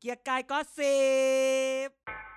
กียร์กายก็สิบ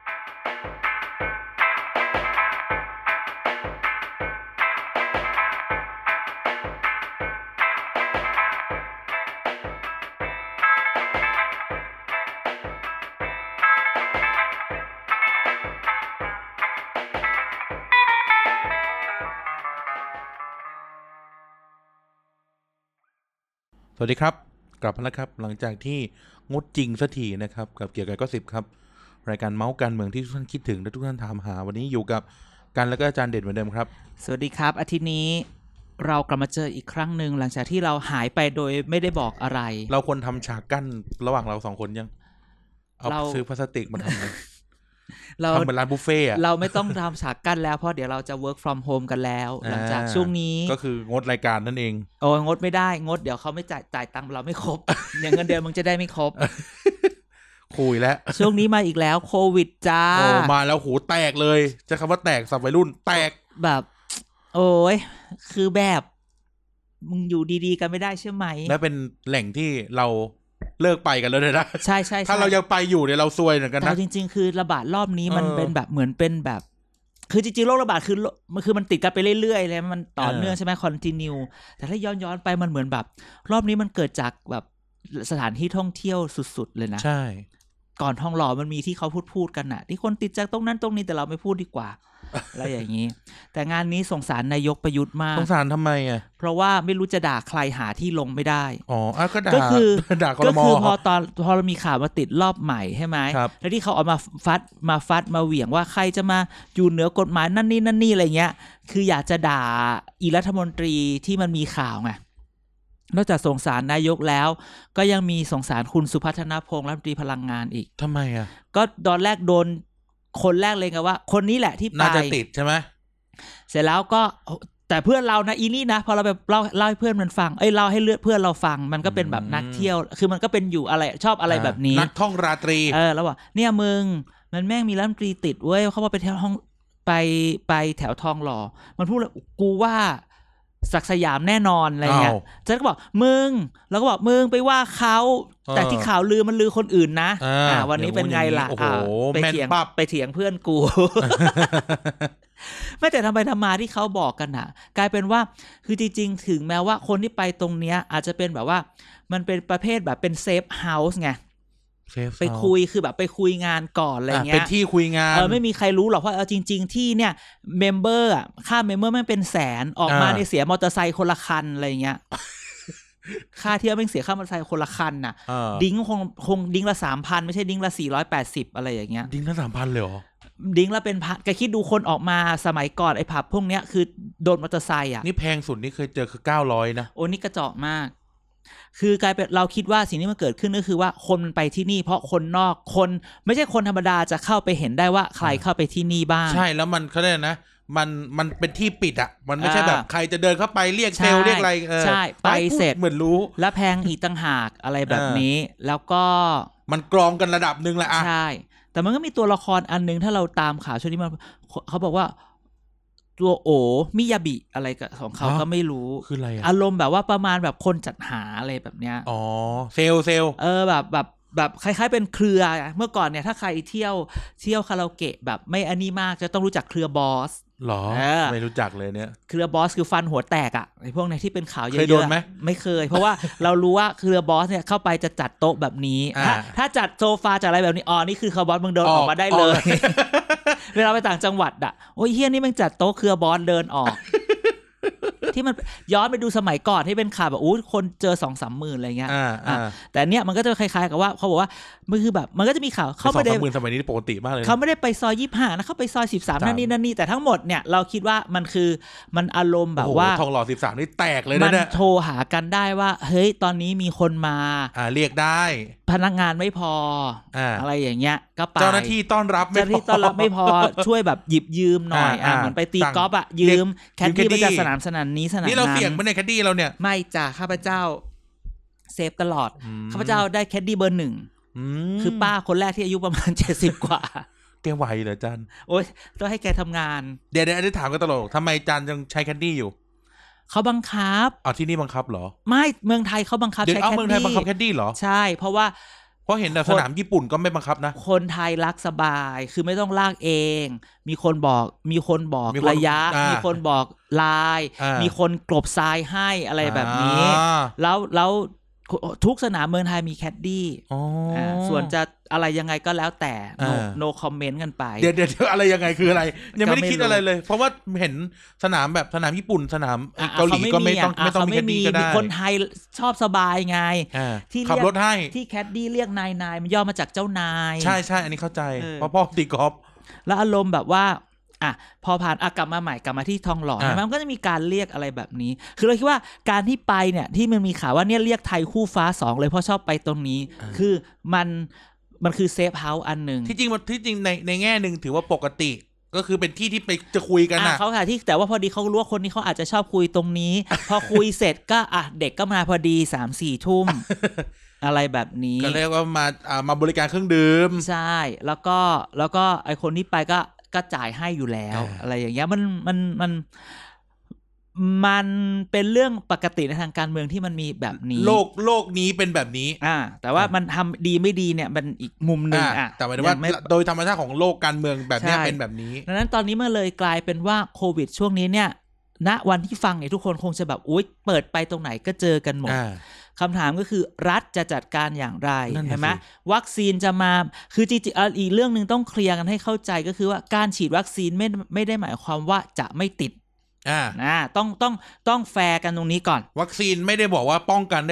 สวัสดีครับกลับมาแล้วครับหลังจากที่งดจริงสักทีนะครับกับเกี่ยวกับก็10ครับรายการเมาส์การเมืองที่ทุกท่านคิดถึงและทุกท่านถามหาวันนี้อยู่กับกันแล้วก็อาจารย์เด่นเหมือนเดิมครับสวัสดีครับอาทิตย์นี้เรากลับมาเจออีกครั้งหนึ่งหลังจากที่เราหายไปโดยไม่ได้บอกอะไรเราควรทำฉากกั้นระหว่างเราสองคนยังเอาซื้อพลาสติกมาทำเลยทำเหมือนร้านบุฟเฟ่ต์เราไม่ต้องทำฉากกั้นแล้วเพราะเดี๋ยวเราจะ work from home กันแล้วหลังจากช่วงนี้ก็คืองดรายการนั่นเองโอ้งดไม่ได้งดเดี๋ยวเขาไม่จ่ายตังค์เราไม่ครบ อย่างเงินเดือนมึงจะได้ไม่ครบคุยแล้วช่วงนี้มาอีกแล้วโควิดจ้าโอ้มาแล้วหูแตกเลยจะคำว่าแตกสับวัยรุ่นแตกแบบโอ้ยคือแบบมึงอยู่ดีๆกันไม่ได้ใช่ไหมและเป็นแหล่งที่เราเลิกไปกันแล้วเลยนะใช่ใช่ถ้าเรายังไปอยู่เนี่ยเราซวยเหมือนกันนะแต่จริงๆคือระบาดรอบนี้มันเป็นแบบเหมือนเป็นแบบคือจริงๆโรคระบาดคือมันติดกันไปเรื่อยๆเลยมันต่อเนื่องใช่ไหมคอนติเนียแต่ถ้าย้อนไปมันเหมือนแบบรอบนี้มันเกิดจากแบบสถานที่ท่องเที่ยวสุดๆเลยนะใช่ก่อนทองหล่อมันมีที่เขาพูดกันน่ะที่คนติดจากตรงนั้นตรงนี้แต่เราไม่พูดดีกว่าอะไรอย่างนี้แต่งานนี้สงสารนายกประยุทธ์มากสงสารทำไมอ่ะเพราะว่าไม่รู้จะด่าใครหาที่ลงไม่ได้อ๋อก็คือด่าครม. ก็คือพอเรามีข่าวมาติดรอบใหม่ใช่ไหมแล้วที่เขาเอามาฟัดมาเหวี่ยงว่าใครจะมาอยู่เหนือกฎหมายนั่นนี่อะไรเงี้ยคืออยากจะด่าอีรัฐมนตรีที่มันมีข่าวไงนอกจากสงสารนายกแล้วก็ยังมีสงสารคุณสุพัฒนพงษ์รัฐมนตรีพลังงานอีกทำไมอ่ะก็ตอนแรกโดนคนแรกเลยกันว่าคนนี้แหละที่ไปน่าจะติดใช่ไหมเสร็จแล้วก็แต่เพื่อนเรานะอีนี่นะพอเราแบบเล่าให้เพื่อนมันฟังเล่าให้เพื่อนเราฟังมันก็เป็นแบบนักเที่ยวคือมันก็เป็นอยู่อะไรชอบอะไรแบบนี้นักท่องราตรีแล้วว่าเนี่ยมึงมันแม่งมีรัฐมนตรีติดเว้ยเขาว่าไปแถวห้องไปแถวทองหล่อมันพูดเลยกูว่าศักดิ์สยามแน่นอนอะไรเงี้ยฉันก็บอกมึงแล้วก็บอกมึงไปว่าเขาแต่ที่ข่าวลือมันลือคนอื่นนะวันนี้เป็นไงล่ะไปเถียงเพื่อนกู ไม่แต่ทำไปทำมาที่เขาบอกกันอ่ะกลายเป็นว่าคือจริงๆถึงแม้ว่าคนที่ไปตรงเนี้ยอาจจะเป็นแบบว่ามันเป็นประเภทแบบเป็นเซฟเฮาส์ไงไปคุยคือแบบไปคุยงานก่อนอะไรเงี้ยเป็นที่คุยงานไม่มีใครรู้หรอกเพราะจริงๆที่เนี่ยเมมเบอร์ค่าเมมเบอร์มันเป็นแสนออกมาในเสียมอเตอร์ไซค์คนละคันอะไรเงี้ยค่าเที่ยวแม่งเสียค่ามอเตอร์ไซค์คนละคันน่ะดิ้งคงดิ้งละ 3,000 ไม่ใช่ดิ้งละ480อะไรอย่างเงี้ยดิ้งละ 3,000 เลยเหรอดิ้งละเป็นพันแกคิดดูคนออกมาสมัยก่อนไอ้ผับพวกเนี้ยคือโดนมอเตอร์ไซค์อ่ะนี่แพงสุดนี่เคยเจอคือ900นะโอ้นี่กระจอกมากคือกลายเป็นเราคิดว่าสิ่งที่มันเกิดขึ้นก็คือว่าคนมันไปที่นี่เพราะคนนอกคนไม่ใช่คนธรรมดาจะเข้าไปเห็นได้ว่าใครเข้าไปที่นี่บ้างใช่แล้วมันเขาเรียกนะมันเป็นที่ปิดอ่ะมันไม่ใช่แบบใครจะเดินเข้าไปเรียกเซลเรียกอะไรใช่ไปเสร็จเหมือนรู้แล้วแพงอีกต่างหากอะไรแบบนี้แล้วก็มันกรองกันระดับนึงแหละใช่แต่มันก็มีตัวละครอันนึงถ้าเราตามข่าวช่วงนี้มันเขาบอกว่าตัวโอมิยาบิอะไรของเขาก็ไม่รู้คืออะไรอารมณ์แบบว่าประมาณแบบคนจัดหาอะไรแบบเนี้ยอ๋อเซลแบบคล้ายๆเป็นเครือเมื่อก่อนเนี่ยถ้าใครเที่ยวคาราโอเกะแบบไม่อันนี้มากจะต้องรู้จักเครือบอสหรอไม่รู้จักเลยเนี่ยเครือบอสคือฟันหัวแตกอ่ะไอ้พวกนี้ที่เป็นข่าวเยอะๆเคยโดนไหมไม่เคยเพราะว่าเรารู้ว่าเครือบอสเนี่ยเข้าไปจะจัดโต๊ะแบบนี้ถ้าจัดโซฟาจัดอะไรแบบนี้นี่คือเครือบอสมึงเดินออกมาได้เลยเวลาไปต่างจังหวัดอ่ะโอ้ยเฮียนี่มึงจัดโต๊ะเครือบอสเดินออกที่มันย้อนไปดูสมัยก่อนที่เป็นข่าวแบบคนเจอ 2-3 หมื่นอะไรเงี้ยแต่เนี้ยมันก็จะคล้ายๆกับว่าเขาบอกว่ามันคือแบบมันก็จะมีข่าวเข้าไม่ได้ 2-3 หมื่นสมัยนี้ปกติมากเลยเขาไม่ได้ไปซอย25นะเขาไปซอย13นั่นนี่แต่ทั้งหมดเนี่ยเราคิดว่ามันอารมณ์แบบว่าทองหล่อ13นี่แตกเลยนะเนี่ยมันโทรหากันได้ว่าเฮ้ยตอนนี้มีคนมาเรียกได้พนักงานไม่พออะไรอย่างเงี้ยก็ไปเจ้าหน้าที่ต้อนรับไม่พอช่วยแบบหยิบยืมหน่อยเหมือนไปตีกอล์ฟยืมแคดดี้ไปจากสนามนี้สนามนี่เราเสี่ยงไม่ในแคดดี้เราเนี่ยไม่จ้ะข้าพเจ้าเซฟตลอดข้าพเจ้าได้แคดดี้เบอร์ 1คือป้าคนแรกที่อายุประมาณ70กว่าแกไหวเหรอจันโอ๊ยต้องให้แกทำงานเดี๋ยวได้ถามกันตลอดทำไมจันยังใช้แคดดี้อยู่เขาบังคับที่นี่บังคับเหรอไม่เมืองไทยเขาบังคับใช้แคดดี้เมืองไทยบังคับแคดดี้เหรอใช่เพราะว่าเพราะเห็นแต่สนามญี่ปุ่นก็ไม่บังคับนะคนไทยรักสบายคือไม่ต้องลากเองมีคนบอกระยะมีคนบอกลายมีคนกลบทรายให้อะไรแบบนี้แล้วทุกสนามเมืองไทยมีแคดดี้ส่วนจะอะไรยังไงก็แล้วแต่ no comment กันไปเดี๋ยวอะไรยังไงคืออะไรยังไม่ได้คิดอะไรเลยเพราะว่าเห็นสนามแบบสนามญี่ปุ่นสนามเกาหลีก็ไม่ต้องมีแคดดี้ก็ได้คนไทยชอบสบายไงที่ขับรถให้ที่แคดดี้เรียกนายมันย่อมาจากเจ้านายใช่อันนี้เข้าใจเพราะพ่อตีกอล์ฟแล้วอารมณ์แบบว่าพอผ่านกลับมาใหม่กลับมาที่ทองหล่อมันก็จะมีการเรียกอะไรแบบนี้คือเราคิดว่าการที่ไปเนี่ยที่มันมีข่าวว่าเนี่ยเรียกไทยคู่ฟ้า2เลยเพราะชอบไปตรงนี้คือมันคือเซฟเฮาส์อันนึงที่จริงในแง่นึงถือว่าปกติก็คือเป็นที่ไปจะคุยกันนะเขาค่ะที่แต่ว่าพอดีเขารู้ว่าคนนี้เขาอาจจะชอบคุยตรงนี้ พอคุยเสร็จก็เด็กก็มาพอดี 3-4 ทุ่ม อะไรแบบนี้ก็เรียกว่ามาบริการเครื่องดื่มใช่แล้วก็ไอคนที่ไปก็จ่ายให้อยู่แล้วอะไรอย่างเงี้ยมันเป็นเรื่องปกติในทางการเมืองที่มันมีแบบนี้โลกนี้เป็นแบบนี้แต่ว่ามันทำดีไม่ดีเนี่ยมันอีกมุมนึงแต่หมายถึงว่าโดยธรรมชาติของโลกการเมืองแบบนี้เป็นแบบนี้ดังนั้นตอนนี้มันเลยกลายเป็นว่าโควิดช่วงนี้เนี่ยณวันที่ฟังเนี่ยทุกคนคงจะแบบอุ๊ยเปิดไปตรงไหนก็เจอกันหมดคำถามก็คือรัฐจะจัดการอย่างไรใช่ไหมวัคซีนจะมาคือจริงๆอีกเรื่องนึงต้องเคลียร์กันให้เข้าใจก็คือว่าการฉีดวัคซีนไม่ได้หมายความว่าจะไม่ติดต้องแฟร์กันตรงนี้ก่อนวัคซีนไม่ได้บอกว่าป้องกันได้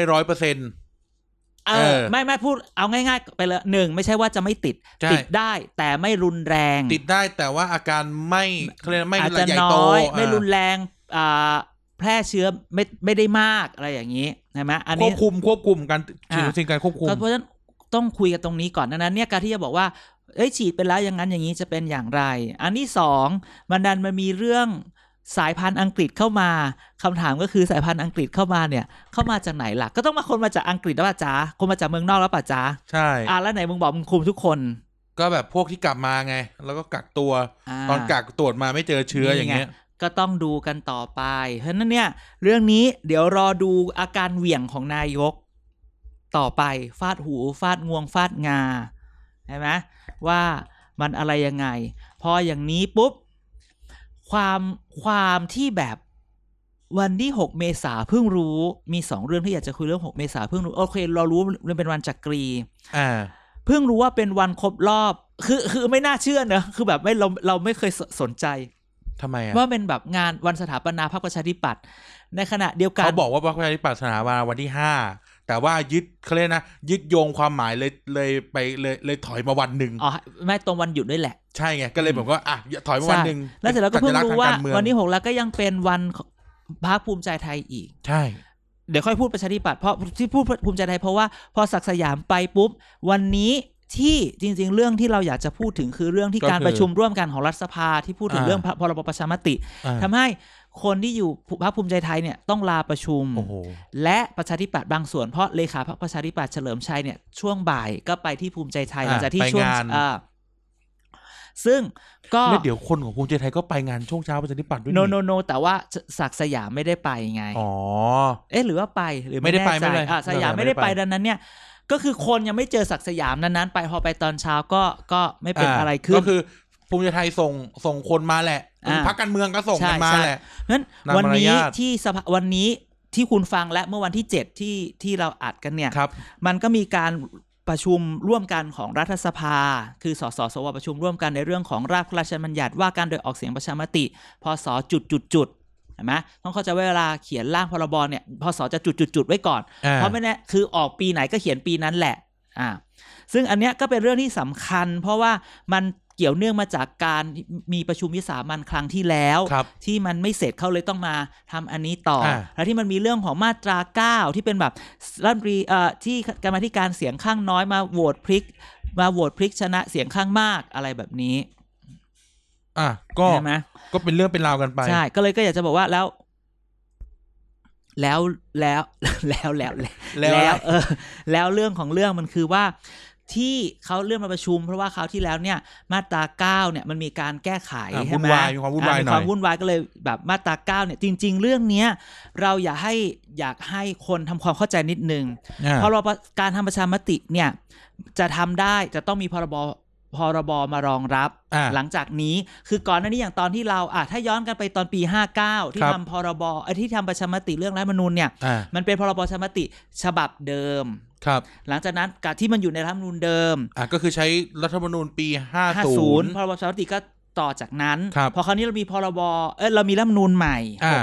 100% ไม่พูดเอาง่ายๆไปเลย1ไม่ใช่ว่าจะไม่ติดได้แต่ไม่รุนแรงติดได้แต่ว่าอาการไม่อาจจะน้อยไม่รุนแรงแพร่เชื้อไม่ได้มากอะไรอย่างนี้ใช่ไหมอันนี้ควบคุมการฉีดวัคซีนการควบคุมเพราะฉะนั้นต้องคุยกันตรงนี้ก่อนนั้นเนี่ยการที่จะบอกว่าฉีดไปแล้วอย่างนั้นอย่างนี้จะเป็นอย่างไรอันที่2มันมีเรื่องสายพันธุ์อังกฤษเข้ามาคำถามก็คือสายพันธุ์อังกฤษเข้ามาเนี่ยเข้ามาจากไหนล่ะก็ต้องมาคนมาจากอังกฤษแล้วป่ะจ๊ะคนมาจากเมืองนอกแล้วป่ะจ๊ะใช่แล้วไหนมึงบอกมึงคุมทุกคนก็แบบพวกที่กลับมาไงแล้วก็กักตัวตอนกักตรวจมาไม่เจอเชื้ออย่างเงี้ยก็ต้องดูกันต่อไปเพราะนั้นเนี่ยเรื่องนี้เดี๋ยวรอดูอาการเหวี่ยงของนายกต่อไปฟาดหูฟาดงวงฟาดงาใช่ไหมว่ามันอะไรยังไงพออย่างนี้ปุ๊บความที่แบบวันที่6เมษาเพิ่งรู้มี2เรื่องที่อยากจะคุยเรื่อง6เมษาเพิ่งรู้โอเคเรารู้มันเป็นวันจักรีเพิ่งรู้ว่าเป็นวันครบรอบคือไม่น่าเชื่อเนอะคือแบบเราไม่เคยสนใจทำไมว่าเป็นแบบงานวันสถาปนาพรรคประชาธิปัตย์ในขณะเดียวกันเขาบอกว่าพรรคประชาธิปัตย์สถาปนาวันที่5แต่ว่าเขาเรียกนะยึดโยงความหมายเลยถอยมาวันนึงไม่ตรงวันหยุดด้วยแหละใช่ไงก็เลยแบบว่าถอยมาวันนึงแล้วเสร็จแล้วก็เพิ่งรู้ว่าวันที่6แล้วก็ยังเป็นวันพรรคภูมิใจไทยอีกใช่เดี๋ยวค่อยพูดประชาธิปัตย์เพราะที่พูดภูมิใจไทยเพราะว่าพอศักดิ์สยามไปปุ๊บวันนี้ที่จริงๆเรื่องที่เราอยากจะพูดถึงคือเรื่องที่การประชุมร่วมกันของรัฐสภาที่พูดถึงเรื่องพรบประชามติทำให้คนที่อยู่พรรคภูมิใจไทยเนี่ยต้องลาประชุมและประชาธิปัตย์บางส่วนเพราะเลขาพรรคประชาธิปัตย์เฉลิมชัยเนี่ยช่วงบ่ายก็ไปที่ภูมิใจไทยหลังจากที่ช่วงซึ่งก็เดี๋ยวคนของภูมิใจไทยก็ไปงานช่วงเช้าประชาธิปัตย์ด้วยโนแต่ว่าศักดิ์สยามไม่ได้ไปไงหรือว่าไปหรือไม่ได้ไปไม่ได้สยามไม่ได้ไปดังนั้นเนี่ยก็คือคนยังไม่เจอศักดิ์สยามนั้นไปพอไปตอนเช้าก็ไม่เป็นอะไรขึ้นก็คือภูมิใจไทยส่งคนมาแหละพรรคการเมืองก็ส่งกันมาแหละนั้นวันนี้ที่วันนี้ที่คุณฟังและเมื่อวันที่7ที่เราอัดกันเนี่ยมันก็มีการประชุมร่วมกันของรัฐสภาคือสสสวประชุมร่วมกันในเรื่องของร่างพระราชบัญญัติว่าการโดยออกเสียงประชามติพศจุดเห็นไหมต้องเข้าใจเวลาเขียนร่างพรบเนี่ยพศจะจุดไว้ก่อนเพราะไม่แน่คือออกปีไหนก็เขียนปีนั้นแหละซึ่งอันเนี้ยก็เป็นเรื่องที่สำคัญเพราะว่ามันเกี่ยวเนื่องมาจากการมีประชุมวิสามัญครั้งที่แล้วที่มันไม่เสร็จเขาเลยต้องมาทำอันนี้ต่อแล้วที่มันมีเรื่องของมาตรา9ที่เป็นแบบรัฐมนตรีที่กรรมาธิการเสียงข้างน้อยมาโหวตพลิกชนะเสียงข้างมากอะไรแบบนี้ก็เป็นเรื่องเป็นราวกันไปใช่ก็เลยก็อยากจะบอกว่าแล้วเรื่องของเรื่องมันคือว่าที่เขาเลื่อนมาประชุมเพราะว่าคราวที่แล้วเนี่ยมาตรา9เนี่ยมันมีการแก้ไขใช่ไหมมีความวุ่นวายหน่อยมีความวุ่นวายก็เลยแบบมาตรา9เนี่ยจริงๆเรื่องนี้เราอยากให้คนทำความเข้าใจนิดนึงพรบการทำประชามติเนี่ยจะทำได้จะต้องมีพรบมารองรับหลังจากนี้คือก่อนหน้านี้อย่างตอนที่เราถ้าย้อนกันไปตอนปี59ที่ทำพรบที่ทำประชามติเรื่องรัฐธรรมนูญเนี่ยมันเป็นพรบประชามติฉบับเดิมหลังจากนั้นการที่มันอยู่ในรัฐธรรมนูญเดิมก็คือใช้รัฐธรรมนูญปี50 พรบประชามติก็ต่อจากนั้นพอคราวนี้เรามีพรบเรามีรัฐธรรมนูญใหม่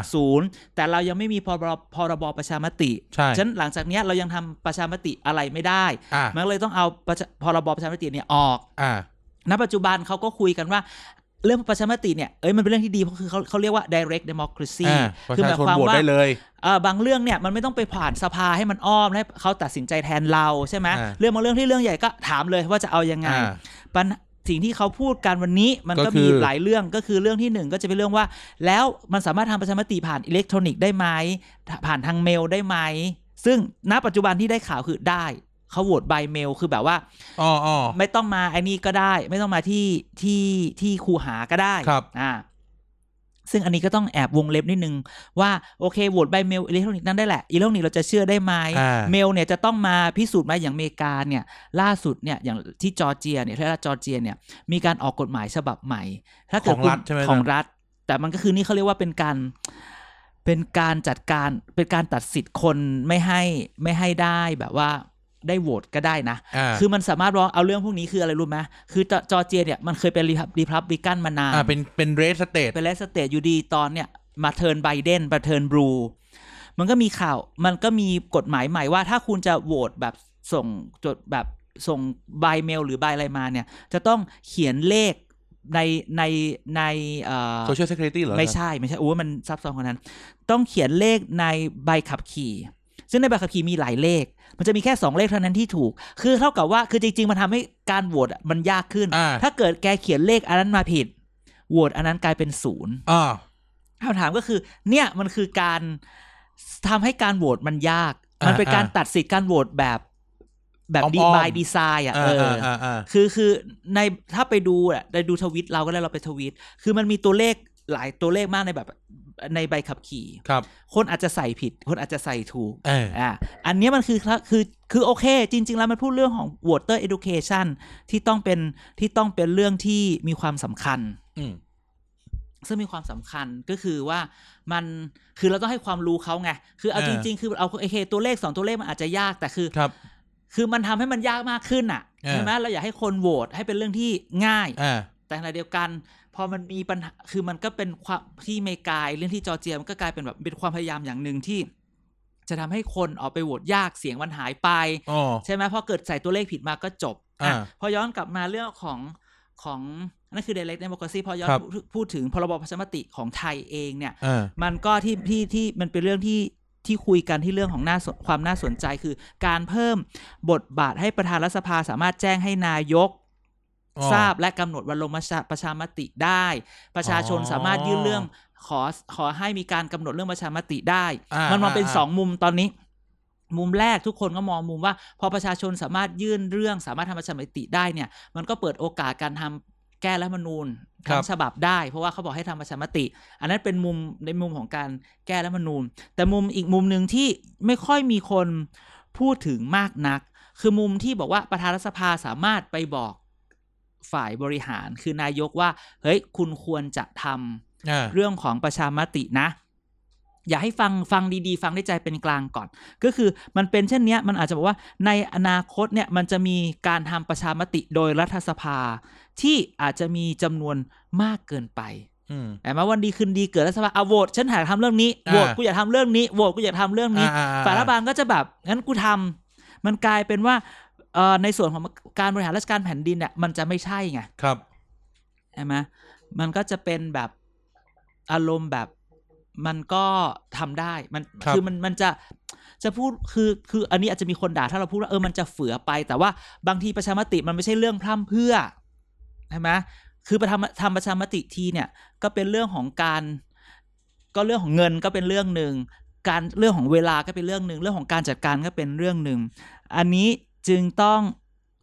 60แต่เรายังไม่มีพรบประชามติฉะนั้นหลังจากนี้เรายังทำประชามติอะไรไม่ได้มันเลยต้องเอาพรบประชามติเนี่ยออกณปัจจุบันเขาก็คุยกันว่าเรื่องประชามติเนี่ยมันเป็นเรื่องที่ดีเพราะคือเขาเรียกว่า direct democracy คือหมายความว่าบางเรื่องเนี่ยมันไม่ต้องไปผ่านสภาให้มันอ้อมให้เขาตัดสินใจแทนเราใช่ไหมเรื่องบางเรื่องที่เรื่องใหญ่ก็ถามเลยว่าจะเอายังไงสิ่งที่เขาพูดกันวันนี้มันก็มีหลายเรื่องก็คือเรื่องที่1ก็จะเป็นเรื่องว่าแล้วมันสามารถทำประชามติผ่านอิเล็กทรอนิกส์ได้ไหมผ่านทางเมลได้ไหมซึ่งณปัจจุบันที่ได้ข่าวคือได้เขาโหวต by mail คือแบบว่าไม่ต้องมาไอ้นี่ก็ได้ไม่ต้องมาที่คูหาก็ได้ซึ่งอันนี้ก็ต้องแอบวงเล็บนิดนึงว่าโอเคโหวต by mail อิเล็กทรอนิกส์นั่นได้แหละอิเล็กทรอนิกส์เราจะเชื่อได้ไหมเมลเนี่ยจะต้องมาพิสูจน์มาอย่างอเมริกาเนี่ยล่าสุดเนี่ยอย่างที่จอร์เจียเนี่ยรัฐจอร์เจียเนี่ยมีการออกกฎหมายฉบับใหม่ถ้าเกิดของรัฐแต่มันก็คือนี่เขาเรียกว่าเป็นการจัดการเป็นการตัดสิทธิ์คนไม่ให้ได้แบบว่าได้โหวตก็ได้นะคือมันสามารถร้องเอาเรื่องพวกนี้คืออะไรรู้ไหมคือจอร์เจียเนี่ยมันเคยเป็นรีพับลิกันมานานเป็นเรดสเตทอยู่ดีตอนเนี่ยมาเทิร์นไบเดนมาเทิร์นบลูมันก็มีข่าวมันก็มีกฎหมายใหม่ว่าถ้าคุณจะโหวตแบบส่งบายเมลหรือบายอะไรมาเนี่ยจะต้องเขียนเลขใน Social Security เหรอไม่ใช่โอ้มันซับซ้อนกว่านั้นต้องเขียนเลขในใบขับขี่ซึ่งในใบขับขี่มีหลายเลขมันจะมีแค่2เลขเท่านั้นที่ถูกคือเท่ากับว่าคือจริงๆมันทำให้การโหวตมันยากขึ้นถ้าเกิดแกเขียนเลขอันนั้นมาผิดโหวตอันนั้นกลายเป็น0คำถามก็คือเนี่ยมันคือการทำให้การโหวตมันยากมันเป็นการตัดสิทธิ์การโหวตแบบดีบายดีไซน์คือในถ้าไปดูทวิตเราก็ได้เราไปทวิตคือมันมีตัวเลขหลายตัวเลขมากในแบบในใบขับขี่คนอาจจะใส่ผิดคนอาจจะใส่ถูกอันนี้มันคือโอเคจริงๆแล้วมันพูดเรื่องของ voter education ที่ต้องเป็นเรื่องที่มีความสำคัญซึ่งมีความสำคัญก็คือว่ามันคือเราต้องให้ความรู้เขาไงคือเอาจริงๆคือเอาโอเคตัวเลข2ตัวเลขมันอาจจะยากแต่คือมันทำให้มันยากมากขึ้นใช่ไหมเราอยากให้คนโหวตให้เป็นเรื่องที่ง่ายแต่ขณะเดียวกันพอมันมีปัญหาคือมันก็เป็นความที่อเมริกาเรื่องที่จอร์เจียมันก็กลายเป็นแบบเป็นความพยายามอย่างหนึ่งที่จะทำให้คนออกไปโหวตยากเสียงมันหายไปใช่ไหมพอเกิดใส่ตัวเลขผิดมาก็จบพอย้อนกลับมาเรื่องของนั่นคือ direct democracy พอย้อนพูดถึงพรบประชามติของไทยเองเนี่ยมันก็ที่มันเป็นเรื่องที่คุยกันที่เรื่องของความน่าสนใจคือการเพิ่มบทบาทให้ประธานรัฐสภาสามารถแจ้งให้นายกทราบและกำหนดวันลงประชามติได้ประชาชนสามารถยื่นเรื่องขอให้มีการกำหนดเรื่องประชามติได้มันมองเป็น2มุมตอนนี้มุมแรกทุกคนก็มองมุมว่าพอประชาชนสามารถยื่นเรื่องสามารถทำประชามติได้เนี่ยมันก็เปิดโอกาสการทำแก้รัฐธรรมนูญทั้งฉบับได้เพราะว่าเขาบอกให้ทำประชามติอันนั้นเป็นมุมในมุมของการแก้รัฐธรรมนูญแต่มุมอีกมุมนึงที่ไม่ค่อยมีคนพูดถึงมากนักคือมุมที่บอกว่าประธานรัฐสภาสามารถไปบอกฝ่ายบริหารคือนายกว่าเฮ้ยคุณควรจะทำเรื่องของประชามตินะอย่าให้ฟังดีๆฟังได้ใจเป็นกลางก่อนก็คือมันเป็นเช่นนี้มันอาจจะบอกว่าในอนาคตเนี่ยมันจะมีการทำประชามติโดยรัฐสภาที่อาจจะมีจำนวนมากเกินไปแต่มาวันดีคืนดีเกิดรัฐสภาโหวตฉันอยากทำเรื่องนี้โหวตกูอยากทำเรื่องนี้โหวตกูอยากทำเรื่องนี้ฝ่ายรัฐบาลก็จะแบบงั้นกูทำมันกลายเป็นว่าในส่วนของการบริหารราชการแผ่นดินเนี่ยมันจะไม่ใช่ไงครับใช่ไหมมันก็จะเป็นแบบอารมณ์แบบมันก็ทำได้คือมันจะพูดคืออันนี้อาจจะมีคนด่าถ้าเราพูดว่ามันจะเฝือไปแต่ว่าบางทีประชามติมันไม่ใช่เรื่องพร่ำเพรื่อใช่ไหมคือทำประชามติทีเนี่ยก็เป็นเรื่องของการก็เรื่องของเงินก็เป็นเรื่องนึงการเรื่องของเวลาก็เป็นเรื่องนึงเรื่องของการจัดการก็เป็นเรื่องนึงอันนี้จึงต้อง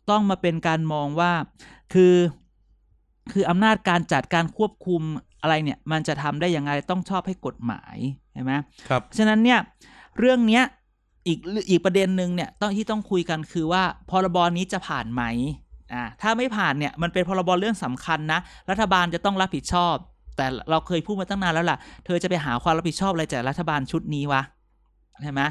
ต้องมาเป็นการมองว่าคืออำนาจการจัดการควบคุมอะไรเนี่ยมันจะทำได้ยังไงต้องชอบให้กฎหมายใช่ไหมครับฉะนั้นเนี่ยเรื่องเนี้ยอีกประเด็นนึงเนี่ยต้องคุยกันคือว่าพรบนี้จะผ่านไหมถ้าไม่ผ่านเนี่ยมันเป็นพรบเรื่องสำคัญนะรัฐบาลจะต้องรับผิดชอบแต่เราเคยพูดมาตั้งนานแล้วล่ะเธอจะไปหาความรับผิดชอบอะไรจากรัฐบาลชุดนี้วะใช่ไหม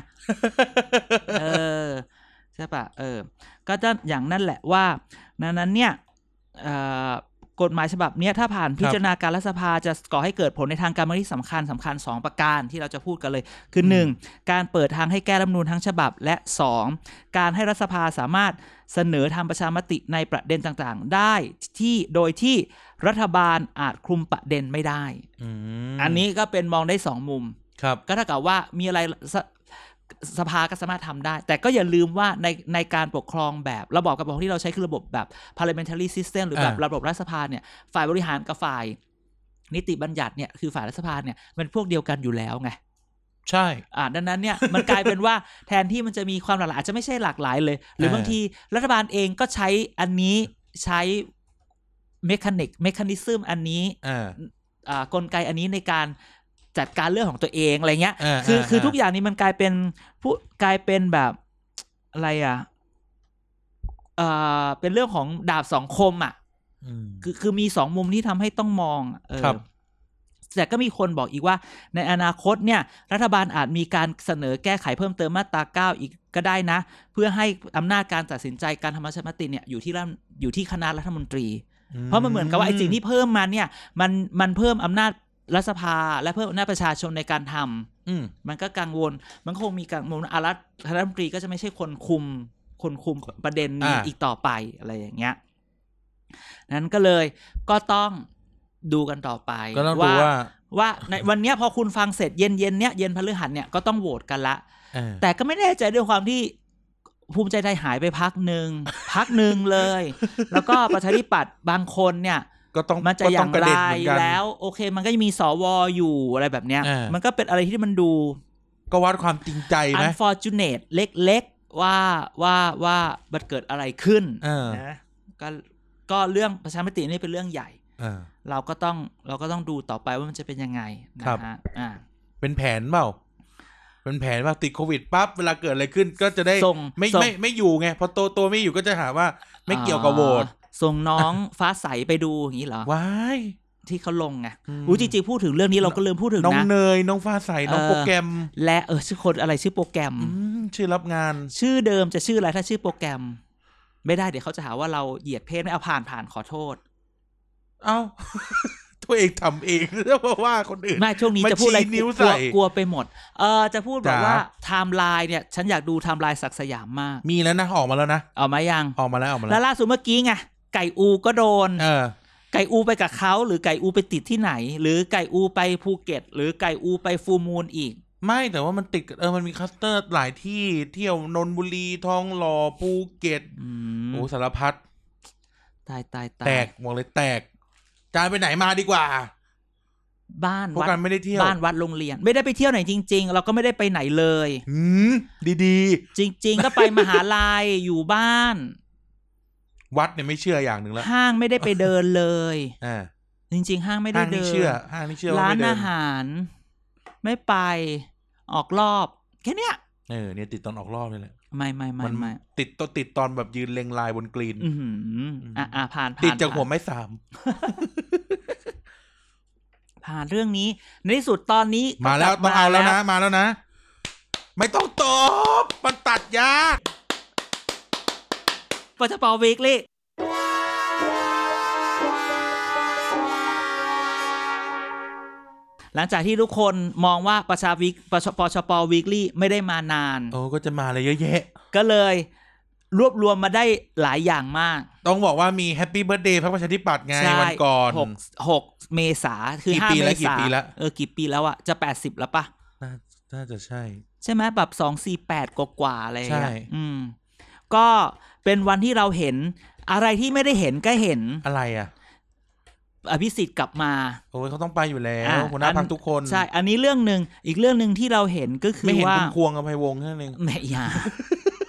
ใช่ปะก็จะอย่างนั่นแหละว่านั้นเนี่ยกฎหมายฉบับนี้ถ้าผ่านพิจารณาการรัฐสภาจะก่อให้เกิดผลในทางการเมืองที่สำคัญ2ประการที่เราจะพูดกันเลยคือ1การเปิดทางให้แก้รัฐธรรมนูญทั้งฉบับและ2การให้รัฐสภาสามารถเสนอทำประชามติในประเด็นต่างๆได้โดยที่รัฐบาลอาจคลุมประเด็นไม่ได้อันนี้ก็เป็นมองได้2มุมก็เท่ากับว่ามีอะไรสภาก็สามารถทำได้แต่ก็อย่าลืมว่าในการปกครองแบบระบอบการปกครองที่เราใช้คือระบบแบบ parliamentary system หรือแบบระบบรัฐสภาเนี่ยฝ่ายบริหารกับฝ่ายนิติบัญญัติเนี่ยคือฝ่ายรัฐสภาเนี่ยมันพวกเดียวกันอยู่แล้วไงใช่ดังนั้นเนี่ยมันกลายเป็นว่าแทนที่มันจะมีความหลากหลายอาจจะไม่ใช่หลากหลายเลยหรือบางทีรัฐบาลเองก็ใช้อันนี้ใช้เมคานิซึมอันนี้กลไกอันนี้ในการจัดการเรื่องของตัวเองอะไรเงี้ยคือทุกอย่างนี้มันกลายเป็นแบบอะไรเป็นเรื่องของดาบ2 คมคือมี2 มุมที่ทำให้ต้องมองแต่ก็มีคนบอกอีกว่าในอนาคตเนี่ยรัฐบาลอาจมีการเสนอแก้ไขเพิ่มเติมมาตรา9อีกก็ได้นะเพื่อให้อำนาจการตัดสินใจการทำประชามติเนี่ยอยู่ที่คณะรัฐมนตรีเพราะมันเหมือนกับว่าไอ้สิ่งที่เพิ่มมาเนี่ยมันเพิ่มอำนาจรัฐสภาและเพิ่มอำนาจประชาชนในการทำมันก็กังวลมันคงมีกังวลรัฐมนตรีก็จะไม่ใช่คนคุมประเด็นนี้อีกต่อไปอะไรอย่างเงี้ยนั้นก็เลยก็ต้องดูกันต่อไปว่าในวันนี้พอคุณฟังเสร็จเย็นเนี้ยเย็นพฤหัสเนี่ยก็ต้องโหวตกันละแต่ก็ไม่แน่ใจด้วยความที่ภูมิใจไทยหายไปพักหนึ่งเลยแล้วก็ประชาธิปัตย์บางคนเนี่ยมันจะอย่างไรแล้วโอเคมันก็ยังมีสวอยู่อะไรแบบเนี้ยมันก็เป็นอะไรที่มันดูก็วัดความจริงใจไหม unfortunate เล็กๆว่ามันเกิดอะไรขึ้นนะก็เรื่องประชามตินี่เป็นเรื่องใหญ่เราก็ต้องดูต่อไปว่ามันจะเป็นยังไงนะฮะเป็นแผนเปล่าติดโควิดปั๊บเวลาเกิดอะไรขึ้นก็จะได้ไม่อยู่ไงพอโตไม่อยู่ก็จะหาว่าไม่เกี่ยวกับโหวตส่งน้องฟ้าใสไปดูอย่างนี้เหรอว้ายที่เขาลงไงจริงๆพูดถึงเรื่องนี้เราก็ลืมพูดถึงนะน้องเนยน้องฟ้าใสน้องโปรแกรมและชื่อคนอะไรชื่อโปรแกรมชื่อรับงานชื่อเดิมจะชื่ออะไรถ้าชื่อโปรแกรมไม่ได้เดี๋ยวเขาจะหาว่าเราเหยียดเพศไม่เอาผ่านขอโทษตัวเองทำเองแล้วว่าคนอื่นไม่ช่วงนี้จะพูดอะไรกลัวไปหมดจะพูดแบบว่าไทม์ไลน์เนี่ยฉันอยากดูไทม์ไลน์ศักดิ์สยามมากมีแล้วนะออกมาแล้วนะออกมายังออกมาแล้วแล้วล่าสุดเมื่อกี้ไงไก่อูก็โดนไก่อูไปกับเขาหรือไก่อูไปติดที่ไหนหรือไก่อูไปภูเก็ตหรือไก่อูไปฟูลมูนอีกไม่แต่ว่ามันติดมันมีคลัสเตอร์หลายที่เที่ยวนนทบุรีทองหล่อภูเก็ตโอ้สารพัดตายแตกหมดเลยแตกจานไปไหนมาดีกว่าบ้านวัดไม่ได้เที่ยวบ้านวัดโรงเรียนไม่ได้ไปเที่ยวไหนจริงๆเราก็ไม่ได้ไปไหนเลยดีจริงๆก็ไปมหาลัยอยู่บ้านวัดเนี่ยไม่เชื่ออย่างหนึ่งแล้วห้างไม่ได้ไปเดินเลยจริงๆห้างไม่ได้เดินห้างนี่เชื่อร้านอาหารไม่ไปออกรอบแค่เนี้ยเนี่ยติดตอนออกรอบนี่แหละไม่ติดตอนแบบยืนเล็งลายบนกรีนผ่านติดจากหัวไม้สามผ่านเรื่องนี้ในที่สุดตอนนี้มาแล้วต้องเอาแล้วนะมาแล้วนะไม่ต้องตบมันตัดยากปชป.วีคลี่หลังจากที่ทุกคนมองว่าปชป.วีคลี่ไม่ได้มานานก็จะมาอะไรเยอะแยะก็เลยรวบรวมมาได้หลายอย่างมากต้องบอกว่ามีแฮปปี้เบิร์ธเดย์พรรคประชาธิปัตย์ไงวันก่อน 6เมษาคือ5เมษากี่ปีแล้วอะจะ80แล้วปะน่าจะใช่ไหมแบบ248กว่าอะไรอย่างเงี้ยก็เป็นวันที่เราเห็นอะไรที่ไม่ได้เห็นก็เห็นอะไรอ่ะอภิสิทธิ์กลับมาโอ้ยเขาต้องไปอยู่แล้วหัวหน้าพรรคทุกคนใช่อันนี้เรื่องนึงอีกเรื่องนึงที่เราเห็นก็คือว่าไม่เห็นคุณควงอภัยวงศ์แค่นึงไม่อย่า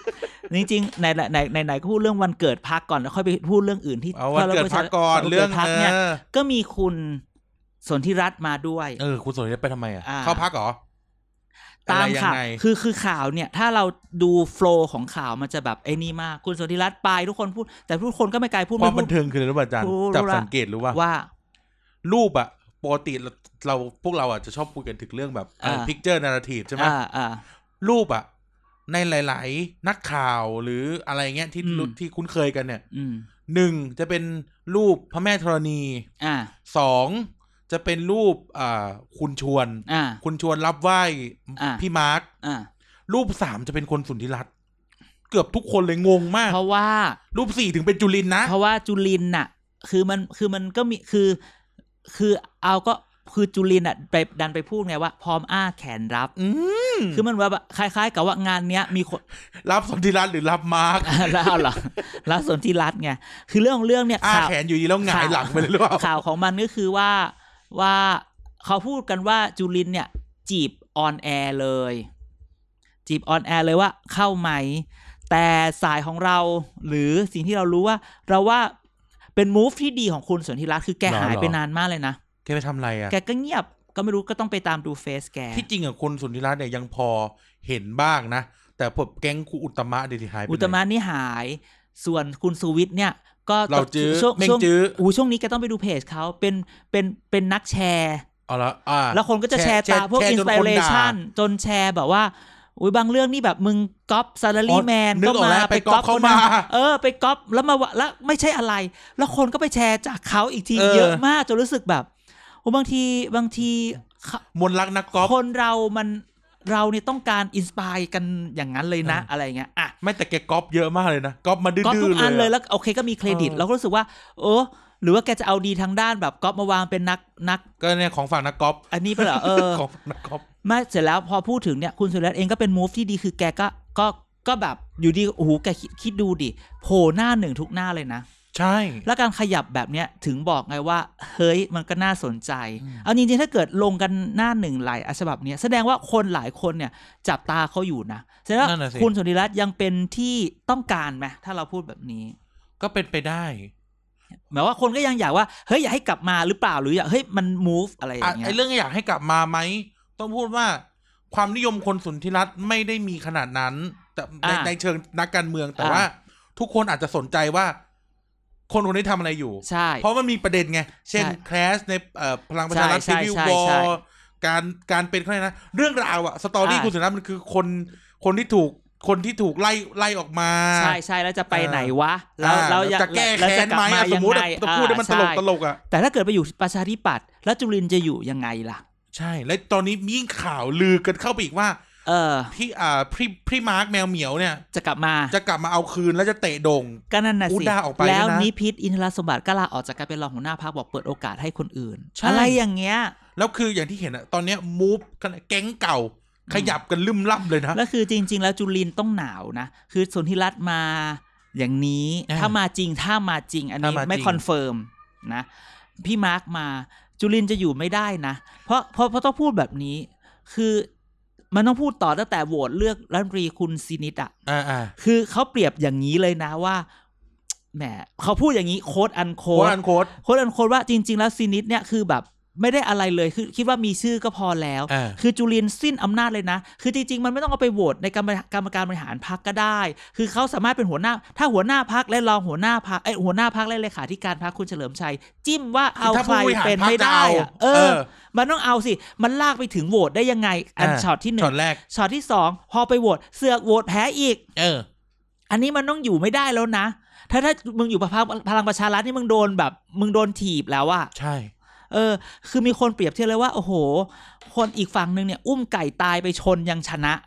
จริงๆไหนก็พูดเรื่องวันเกิดพรรคก่อนแล้วค่อยไปพูดเรื่องอื่นที่วันเกิดพรรคก่อนเรื่องพรรคเนี่ยก็มีคุณสนธิรัตน์มาด้วยคุณสนธิรัตน์ไปทำไมเข้าพรรคเหรอตามข่าวคือข่าวเนี่ยถ้าเราดูโฟลว์ของข่าวมันจะแบบไอ้นี่มากคุณสนธิรัตน์ไปทุกคนพูดแต่ทุกคนก็ไม่ไกลพูดความบันเทิงคืออะไรรู้ป่ะอาจารย์จับสังเกตรู้ว่ารูปปกติพวกเราจะชอบคุยกันถึงเรื่องแบบpicture narrative ใช่ไหมรูปในหลายๆนักข่าวหรืออะไรเงี้ยที่คุ้นเคยกันเนี่ยหนึ่งจะเป็นรูปพระแม่ธรณีสองจะเป็นรูปคุณชวนรับไหว้พี่มาร์ครูปสามจะเป็นคนสุนทรรัตน์เกือบทุกคนเลยงงมากเพราะว่ารูปสี่ถึงเป็นจุลินนะเพราะว่าจุลินน่ะคือมันก็มีคือเอาก็คือจุลินไปดันไปพูดไงว่าพร้อมอ้าแขนรับคือมันว่าคล้ายๆกับว่างานเนี้ยมีคนรับสนธิรัตน์หรือรับมาร์คแล้วเหรอรับสนธิรัตน์ไงคือเรื่องเนี่ยอ้าแขนอยู่ดีแล้วหงายหลังไปเลยหรือเปล่าข่าวของมันก็คือว่าเขาพูดกันว่าจุลินเนี่ยจีบออนแอร์เลยว่าเข้าไหมแต่สายของเราหรือสิ่งที่เรารู้ว่าเป็นมูฟที่ดีของคุณสนธิรัตน์คือแกหายไปนานมากเลยนะแกไปทำอะไรแกก็เงียบก็ไม่รู้ก็ต้องไปตามดูเฟซแกที่จริงคุณสนธิรัตน์เนี่ยยังพอเห็นบ้างนะแต่พวกแก๊งคุณอุตมะเดี๋ยวหายไปอุตมะนี่หายส่วนคุณสุวิทย์เนี่ยก็เราจื้อช่วงนี้แกต้องไปดูเพจเขาเป็นนักแชร์แล้วคนก็จะแชร์ตามพวกอินสปิเรชันจนแชร์แบบว่าบางเรื่องนี่แบบมึงก๊อปซาลารีแมนก็มาไปก๊อปเขามาไปก๊อปแล้วมาแล้วไม่ใช่อะไรแล้วคนก็ไปแชร์จากเขาอีกทีเยอะมากจนรู้สึกแบบบางทีมนต์รักนักก๊อปคนเราเนี่ยต้องการอินสไปร์กันอย่างนั้นเลยนะอะไรเงี้ยไม่แต่แกก๊อปเยอะมากเลยนะก๊อปมาดื้อๆเลยก๊อปทุกอันเลยแล้วโอเคก็มีเครดิตเราก็รู้สึกว่าหรือว่าแกจะเอาดีทางด้านแบบก๊อปมาวางเป็นนักก็เนี่ยของฝั่งนักก๊อปอันนี้เป็นเหรอของนักก๊อปไม่เสร็จแล้วพอพูดถึงเนี่ยคุณสุรัตน์เองก็เป็นมูฟที่ดีคือแกก็แบบอยู่ดีโอ้โหแกคิดดูดิโผล่หน้าหนึ่งทุกหน้าเลยนะใช่แล้วการขยับแบบเนี้ยถึงบอกไงว่าเฮ้ยมันก็น่าสนใจเอาจริงๆถ้าเกิดลงกันหน้าหนึ่งหลายฉบับเนี้ยแสดงว่าคนหลายคนเนี่ยจับตาเขาอยู่นะแสดงว่าคุณสนธิรัตน์ยังเป็นที่ต้องการไหมถ้าเราพูดแบบนี้ก็เป็นไปได้หมายว่าคนก็ยังอยากว่าเฮ้ยอยากให้กลับมาหรือเปล่าหรืออยากเฮ้ยมัน move อะไรอย่างเงี้ยไอ้เรื่องอยากให้กลับมาไหมต้องพูดว่าความนิยมคนสุนทรรัตน์ไม่ได้มีขนาดนั้นแต่ในเชิงนักการเมืองแต่ว่าทุกคนอาจจะสนใจว่าคนนี้ทำอะไรอยู่ใช่เพราะมันมีประเด็นไงเช่นแคสในพลังประชารัฐซีวิววอร์การเป็นอะไรนะเรื่องราวสตอรี่คุณสุนทรรัตน์มันคือคนที่ถูกไล่ออกมาใช่แล้วจะไปไหนวะแล้วจะแก้แค้นไหมสมมติจะพูดได้มันตลกแต่ถ้าเกิดไปอยู่ประชาธิปัตย์แล้วจุลินจะอยู่ยังไงล่ะใช่แล้วตอนนี้ยิ่งข่าวลือกันเข้าไปอีกว่าพี่มาร์คแมวเหมียวเนี่ยจะกลับมาเอาคืนแล้วจะเตะโด่งก็นั่นน่ะสิแล้วนิพิษอินทรสมบัติก็ลาออกจากการเป็นรองหัวหน้าพรรคบอกเปิดโอกาสให้คนอื่นอะไรอย่างเงี้ยแล้วคืออย่างที่เห็นตอนนี้มูฟแก๊งเก่าขยับกันลืมล่ำเลยนะแล้วคือจริงๆแล้วจุลินต้องหนาวนะคือสนธิรัตน์มาอย่างนี้ถ้ามาจริงอันนี้ไม่คอนเฟิร์มนะพี่มาร์คมาจุลินจะอยู่ไม่ได้นะเพราะต้องพูดแบบนี้คือมันต้องพูดต่อตั้งแต่โหวตเลือกรัฐมนตรีคุณซินิตคือเขาเปรียบอย่างนี้เลยนะว่าแหมเขาพูดอย่างนี้โค้ดอันโค้ดว่าจริงๆแล้วซินิตเนี่ยคือแบบไม่ได้อะไรเลยคือคิดว่ามีชื่อก็พอแล้วคือจุลินสิ้นอำนาจเลยนะคือจริงๆมันไม่ต้องเอาไปโหวตในกรรมการบริหารพรรคก็ได้คือเขาสามารถเป็นหัวหน้าถ้าหัวหน้าพรรคและรองหัวหน้าพรรคหัวหน้าพรรคและเลขาธิการพรรคคุณเฉลิมชัยจิ้มว่าเอาใครเป็นไม่ได้มันต้องเอาสิมันลากไปถึงโหวตได้ยังไงอันช็อตที่1ช็อตที่2พอไปโหวตเสือกโหวตแพ้อีกอันนี้มันต้องอยู่ไม่ได้แล้วนะถ้ามึงอยู่พลังประชารัฐนี่มึงโดนถีบแล้วอะใช่คือมีคนเปรียบเทียบเลยว่าโอ้โหคนอีกฝั่งนึงเนี่ยอุ้มไก่ตายไปชนยังชนะ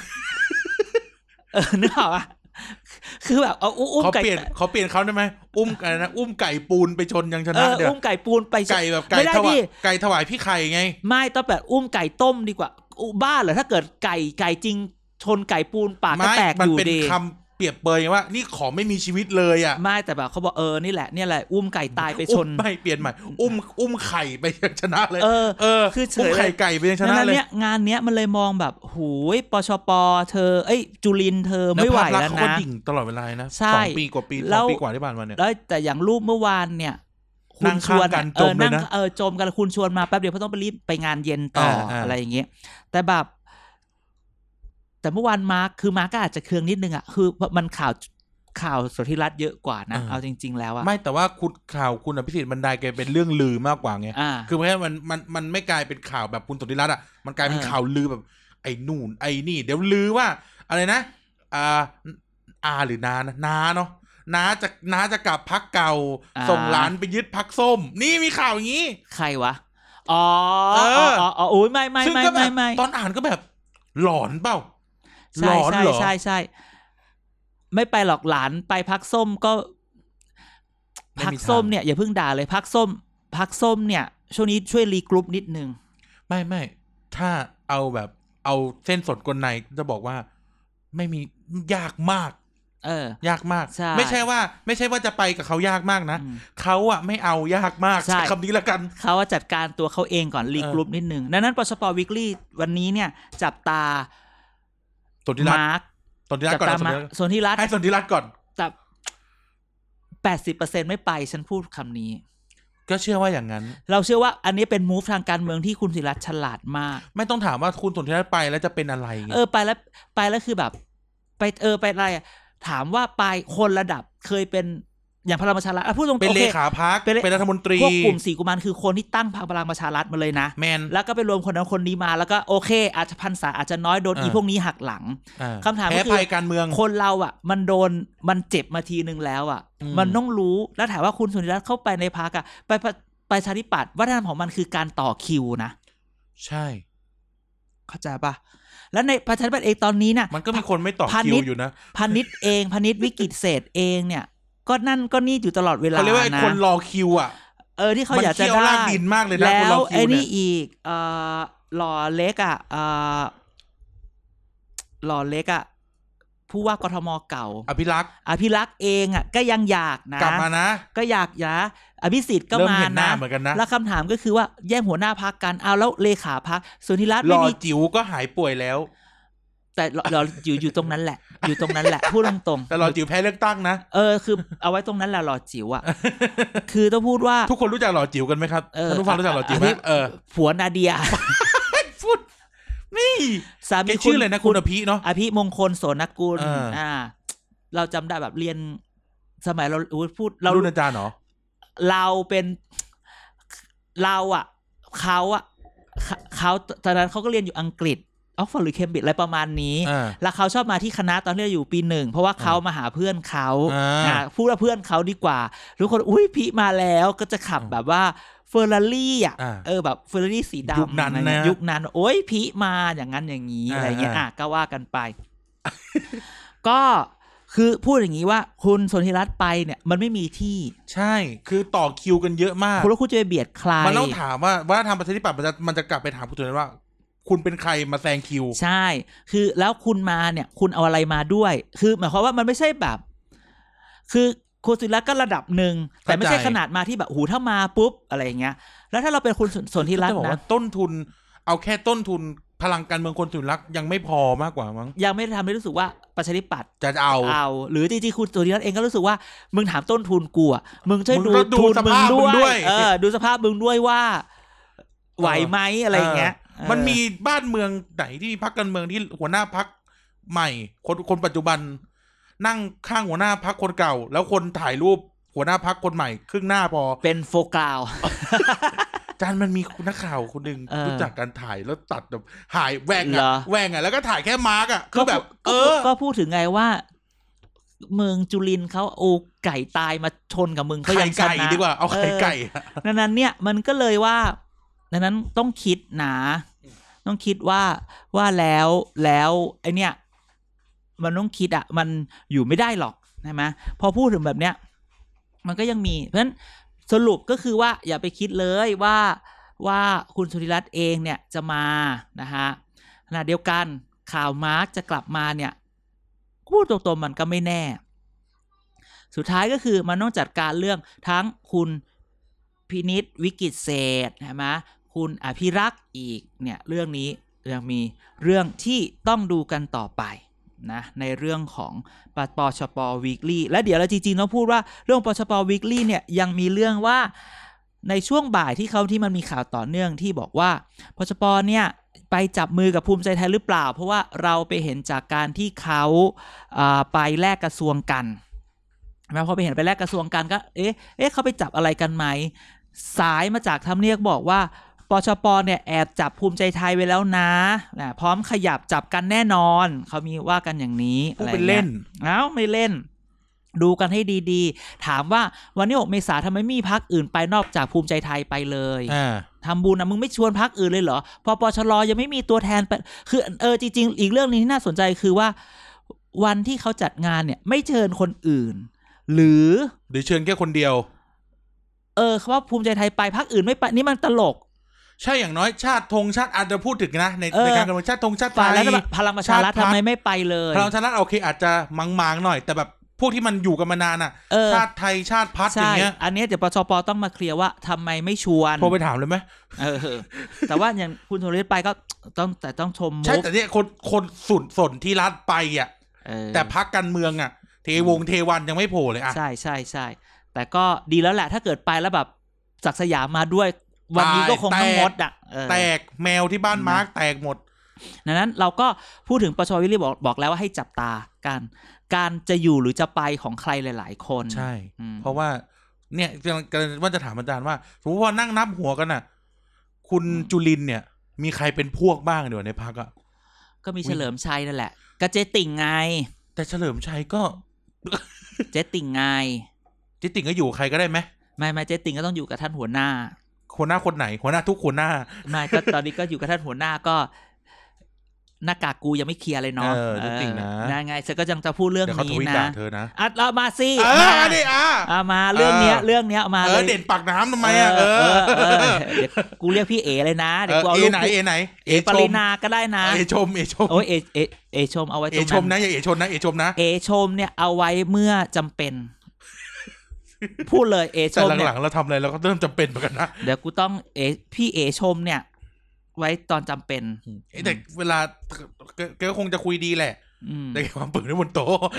นึกออกป่ะคือแบบเอาอุ้มไก่เขาเปลี่ยนเขาได้ไหมอุ้มอะไรนะอุ้มไก่ปูนไปชนยังชนะเดี๋ยวอุ้มไก่ปูนไปไก่แบบไก่ถวายพี่ไข่ไงไม่ต้องแบบอุ้มไก่ต้มดีกว่าบ้าเหรอถ้าเกิดไก่จริงชนไก่ปูนปากก็แตกอยู่ดีเปรียบเปรยว่านี่ของไม่มีชีวิตเลยอ่ะไม่แต่แบบเขาบอกนี่แหละอุ้มไก่ตายไปชนไม่เปลี่ยนใหม่อุ้มไข่ไปยังชนะเลยคือเฉยไข่ไก่ไปยังชนะเลยงานเนี้ยมันเลยมองแบบหูยปชปเธอจุลินเธอไม่ไหวแล้วนะดิ่งตลอดเวลานะ2 ปีกว่า2 ปีกว่าที่ผ่านมาเนี่ยแล้วแต่อย่างรูปเมื่อวานเนี่ยคุณชวนกันจมเลยนะจมกันคุณชวนมาแป๊บเดียวเพราะต้องไปรีบไปงานเย็นต่ออะไรอย่างเงี้ยแต่แบบแต่เมื่อวานมาร์คก็อาจจะเคืองนิดนึงอ่ะคือมันข่าวสนธิรัตน์เยอะกว่านะเอาจริงๆแล้วอ่ะไม่แต่ว่าข่าวคุณอภิสิทธิ์บรรดาแกเป็นเรื่องลือมากกว่าไงคือเพราะว่ามันไม่กลายเป็นข่าวแบบคุณสนธิรัตน์อ่ะมันกลายเป็นข่าวลือแบบไอ้นู่นไอ้นี่เดี๋ยวลือว่าอะไรนะหรือนาเนาะน้าจะกลับพรรคเก่าส่งหลานไปยึดพรรคส้มนี่มีข่าวอย่างนี้ใครวะโอ้ยไม่ตอนอ่านก็แบบหลอนเปล่าหลอนเหรอใช่ไม่ไปหรอกหลานไปพรรคส้มก็พรรคส้มเนี่ยอย่าเพิ่งด่าเลยพรรคส้มเนี่ยช่วงนี้ช่วยรีกรุ๊ปนิดนึงไม่ถ้าเอาแบบเอาเส้นสดกลในจะบอกว่าไม่มียากมากยากมากไม่ใช่ว่าจะไปกับเขายากมากนะเขาอะไม่เอายากมากใช้คำนี้ละกันเขาจัดการตัวเขาเองก่อนรีกรุ๊ปนิดนึงดังนั้นปชป.วีคลี่วันนี้เนี่ยจับตามาร์คสนธิรัตน์ก่อนสนธิรัตน์ให้สนธิรัตน์ก่อนแต่ 80% ไม่ไปฉันพูดคำนี้ก็เชื่อว่าอย่างนั้นเราเชื่อว่าอันนี้เป็นมูฟทางการเมืองที่คุณสนธิรัตน์ฉลาดมากไม่ต้องถามว่าคุณสนธิรัตน์ไปแล้วจะเป็นอะไรไปแล้วคือแบบไปอะไรถามว่าไปคนระดับเคยเป็นอย่างพลังประชารัฐพูดตรงๆเป็นเลขาพรรคเป็นรัฐมนตรีพวกกลุ่ม4กุมารคือคนที่ตั้งพรรคพลังประชารัฐมาเลยนะแมนแล้วก็ไปรวมคนนั้นคนนี้มาแล้วก็โอเคอาจจะพรรษาอาจจะน้อยโดนพวกนี้หักหลังคำถามก็คือการเมืองคนเราอ่ะมันเจ็บมาทีนึงแล้วอ่ะมันต้องรู้แล้วถามว่าคุณสนธิรัตน์เข้าไปในพรรคอ่ะไปประชาธิปัตย์วัฒนธรรมของมันคือการต่อคิวนะใช่เข้าใจป่ะแล้วในประชาธิปัตย์เองตอนนี้น่ะมันก็มีคนไม่ต่อคิวอยู่นะพาณิชย์วิกิตเศษเองเนี่ยก็นั่นก็นี่อยู่ตลอดเวลานะเขาเรียกว่าคนรอคิวอ่ะที่เขาอยากจะได้มันเคี่ยวลากดินมากเลยนะแล้วไอ้นี่อีกหล่อเล็กอ่ะหล่อเล็กอ่ะผู้ว่ากทมเก่าอภิรักษ์เองอ่ะก็ยังอยากนะกลับมานะก็อยากอภิสิทธิ์ก็มานะเหมือนกันนะแล้วคำถามก็คือว่าแย่งหัวหน้าพรรคกันเอาแล้วเลขาพรรคสนธิรัตน์ไม่มีจิ๋วก็หายป่วยแล้วแต่เราอยู่ตรงนั้นแหละอยู่ตรงนั้นแหละพูดตรงๆแต่รอจิ๋วแพ้เลือกตั้งนะคือเอาไว้ตรงนั้นแหละรอจิ๋วอ่ะคือต้องพูดว่าทุกคนรู้จักรอจิ๋วกันไหมครับท่านผู้ฟังรู้จักรอจิ๋วไหมผัวนาเดียพูดนี่สามีชื่อเลยนะคุณอภิเนาะอภิมงคลโสนกุลเราจำได้แบบเรียนสมัยเราพูดเรารุ่นอาจารย์เหรอเราเป็นเราอ่ะเขาตอนนั้นเขาก็เรียนอยู่อังกฤษออกฟอร์ดหรือเคมบริดจ์อะไรประมาณนี้แล้วเขาชอบมาที่คณะตอนที่เราอยู่ปี1เพราะว่าเขามาหาเพื่อนเขาพูดว่าเพื่อนเขาดีกว่าทุกคนอุ้ยพี่มาแล้วก็จะขับแบบว่าเฟอร์รารี่อ่ะแบบเฟอร์รารี่สีดำยุคนั้นโอ้ยพี่มาอย่างนั้นอย่างนี้อะไรเงี้ยก็ว่ากันไปก็คือพูดอย่างนี้ว่าคุณสนธิรัตน์ไปเนี่ยมันไม่มีที่ใช่คือต่อคิวกันเยอะมากคุณแล้วคุณจะไปเบียดใครมันต้องถามว่าทางประชาธิปัตย์มันจะกลับไปถามคุณสนธิรัตน์ว่าคุณเป็นใครมาแซงคิวใช่คือแล้วคุณมาเนี่ยคุณเอาอะไรมาด้วยคือหมายความว่ามันไม่ใช่แบบคือคุณสนธิรัตน์ก็ระดับหนึ่งแต่ไม่ใช่ขนาดมาที่แบบหูถ้ามาปุ๊บอะไรอย่างเงี้ยแล้วถ้าเราเป็นคุณสนธิรัตน์นะต้นทุนเอาแค่ต้นทุนพลังการเมืองคนสนธิรัตน์ยังไม่พอมากกว่ามั้งยังไม่ทำให้รู้สึกว่าประชาธิปัตย์จะเอาหรือจริงๆคุณสนธิรัตน์เองก็รู้สึกว่ามึงถามต้นทุนกูอ่ะมึงช่วยดูทุนมึงด้วยดูสภาพมึงด้วยว่าไหวไหมอะไรอย่างเงี้ยมันมีบ้านเมืองไหนที่พรรคการเมืองที่หัวหน้าพรรคใหม่คนปัจจุบันนั่งข้างหัวหน้าพรรคคนเก่าแล้วคนถ่ายรูปหัวหน้าพรรคคนใหม่ครึ่งหน้าพอเป็นโฟกัสจานมันมีนักข่าวคนหนึ่งรู้จักการถ่ายแล้วตัดแบบหายแหว่งแล้วก็ถ่ายแค่มาร์กอ่ะคือแบบก็พูดถึงไงว่าเมืองจุลินเขาโอไก่ตายมาชนกับมึงเขายังชนะดีกว่าเอาไข่ไก่นั้นเนี่ยมันก็เลยว่าดังนั้นต้องคิดนะต้องคิดว่าแล้วไอเนี้ยมันต้องคิดอ่ะมันอยู่ไม่ได้หรอกใช่ไหมพอพูดถึงแบบเนี้ยมันก็ยังมีเพราะฉะนั้นสรุปก็คือว่าอย่าไปคิดเลยว่าคุณสนธิรัตน์เองเนี่ยจะมานะฮะขณะเดียวกันข่าวมาร์คจะกลับมาเนี่ยพูดตรงๆมันก็ไม่แน่สุดท้ายก็คือมันต้องจัดการเรื่องทั้งคุณพินิจวิกิตเศษใช่ไหมคุณอภิรักษ์อีกเนี่ยเรื่องนี้ยังมีเรื่องที่ต้องดูกันต่อไปนะในเรื่องของปชป. Weekly และเดี๋ยวเราจริงๆต้องพูดว่าเรื่องปชป. Weekly เนี่ยยังมีเรื่องว่าในช่วงบ่ายที่มันมีข่าวต่อเนื่องที่บอกว่าปชป.เนี่ยไปจับมือกับภูมิใจไทยหรือเปล่าเพราะว่าเราไปเห็นจากการที่เขาไปแลกกระทรวงกันแล้วพอไปเห็นไปแลกกระทรวงกันก็เอ๊ะเขาไปจับอะไรกันไหมสายมาจากทำเนียบบอกว่าปชป.เนี่ยแอบจับภูมิใจไทยไว้แล้วนะพร้อมขยับจับกันแน่นอนเขามีว่ากันอย่างนี้อะไรเป็นเล่นไม่เล่นดูกันให้ดีๆถามว่าวันนี้6 เมษายนทำไมไม่มีพรรคอื่นไปนอกจากภูมิใจไทยไปเลยทำบุญนะมึงไม่ชวนพรรคอื่นเลยเหรอพอปชรยังไม่มีตัวแทนไปคือจริงๆอีกเรื่องนึงที่น่าสนใจคือว่าวันที่เขาจัดงานเนี่ยไม่เชิญคนอื่นหรือเชิญแค่คนเดียวเขาว่าภูมิใจไทยไปพรรคอื่นไม่ไปนี่มันตลกใช่อย่างน้อยชาติธงชาติอาจจะพูดถึงนะในการกำหนดชาติธงชาติไทยแล้วพลังประชารัฐทำไมไม่ไปเลยพลังประชารัฐโอเคอาจจะมังๆหน่อยแต่แบบพวกที่มันอยู่กันมานานอ่ะชาติไทยชาติพัฒน์อย่างเงี้ยอันนี้เดี๋ยวปชป.ต้องมาเคลียร์ว่าทำไมไม่ชวนโทรไปถามเลยไหมแต่ว่าอย่างคุณโทรไปก็ต้องชมใช่แต่เนี่ยคนสนที่รัฐไปอ่ะแต่พรรคการเมืองอ่ะเทวันยังไม่โผล่เลยอ่ะใช่แต่ก็ดีแล้วแหละถ้าเกิดไปแล้วแบบศักดิ์สยามมาด้วยวันนี้ก็คงต้องงดอ่ะแตกแมวที่บ้านมาร์กแตกหมดดังนั้นเราก็พูดถึงปชวิลลี่บอกแล้วว่าให้จับตาการจะอยู่หรือจะไปของใครหลายๆคนใช่เพราะว่าเนี่ยว่าจะถามอาจารย์ว่าสมมติว่านั่งนับหัวกันน่ะคุณจุลินเนี่ยมีใครเป็นพวกบ้างเดี๋ยวในพรรคอ่ะก็มีเฉลิมชัยนั่นแหละก็เจ๊ติ่งไงแต่เฉลิมชัยก็เจ๊ติ่งไงเจ๊ติ่งก็อยู่ใครก็ได้ไหมไม่เจ๊ติ่งก็ต้องอยู่กับท่านหัวหน้าคนไหนหัวหน้าทุกหัวหน้าไม่ก็ตอนนี้ก็อยู่กับท่านหัวหน้าก็หน้ากากกูยังไม่เคลียร์เลยเนาะจริงนะไงเธอก็ยังจะพูดเรื่องนี้นะเธอนะเรามาสิมาเรื่องเนี้ยมาเลยเด่นปากน้ำทำไมอ่ะเดี๋ยวกูเรียกพี่เอเลยนะเดี๋ยวกูเอาลูกไหนปรินาก็ได้นะชมโอ้ยเอชมเอาไว้ตรงนั้นชมนะอย่าเอชมนะเอชมเนี่ยเอาไว้เมื่อจำเป็นพูดเลยเอชมเนี่ยหลังๆเราทำอะไรเราก็เริ่มจำเป็นเหมือนกันนะเดี๋ยวกูต้องพี่เอชมเนี่ยไว้ตอนจำเป็นแต่เวลาก็คงจะคุยดีแหละแต่ความปืนบนโต๊ะ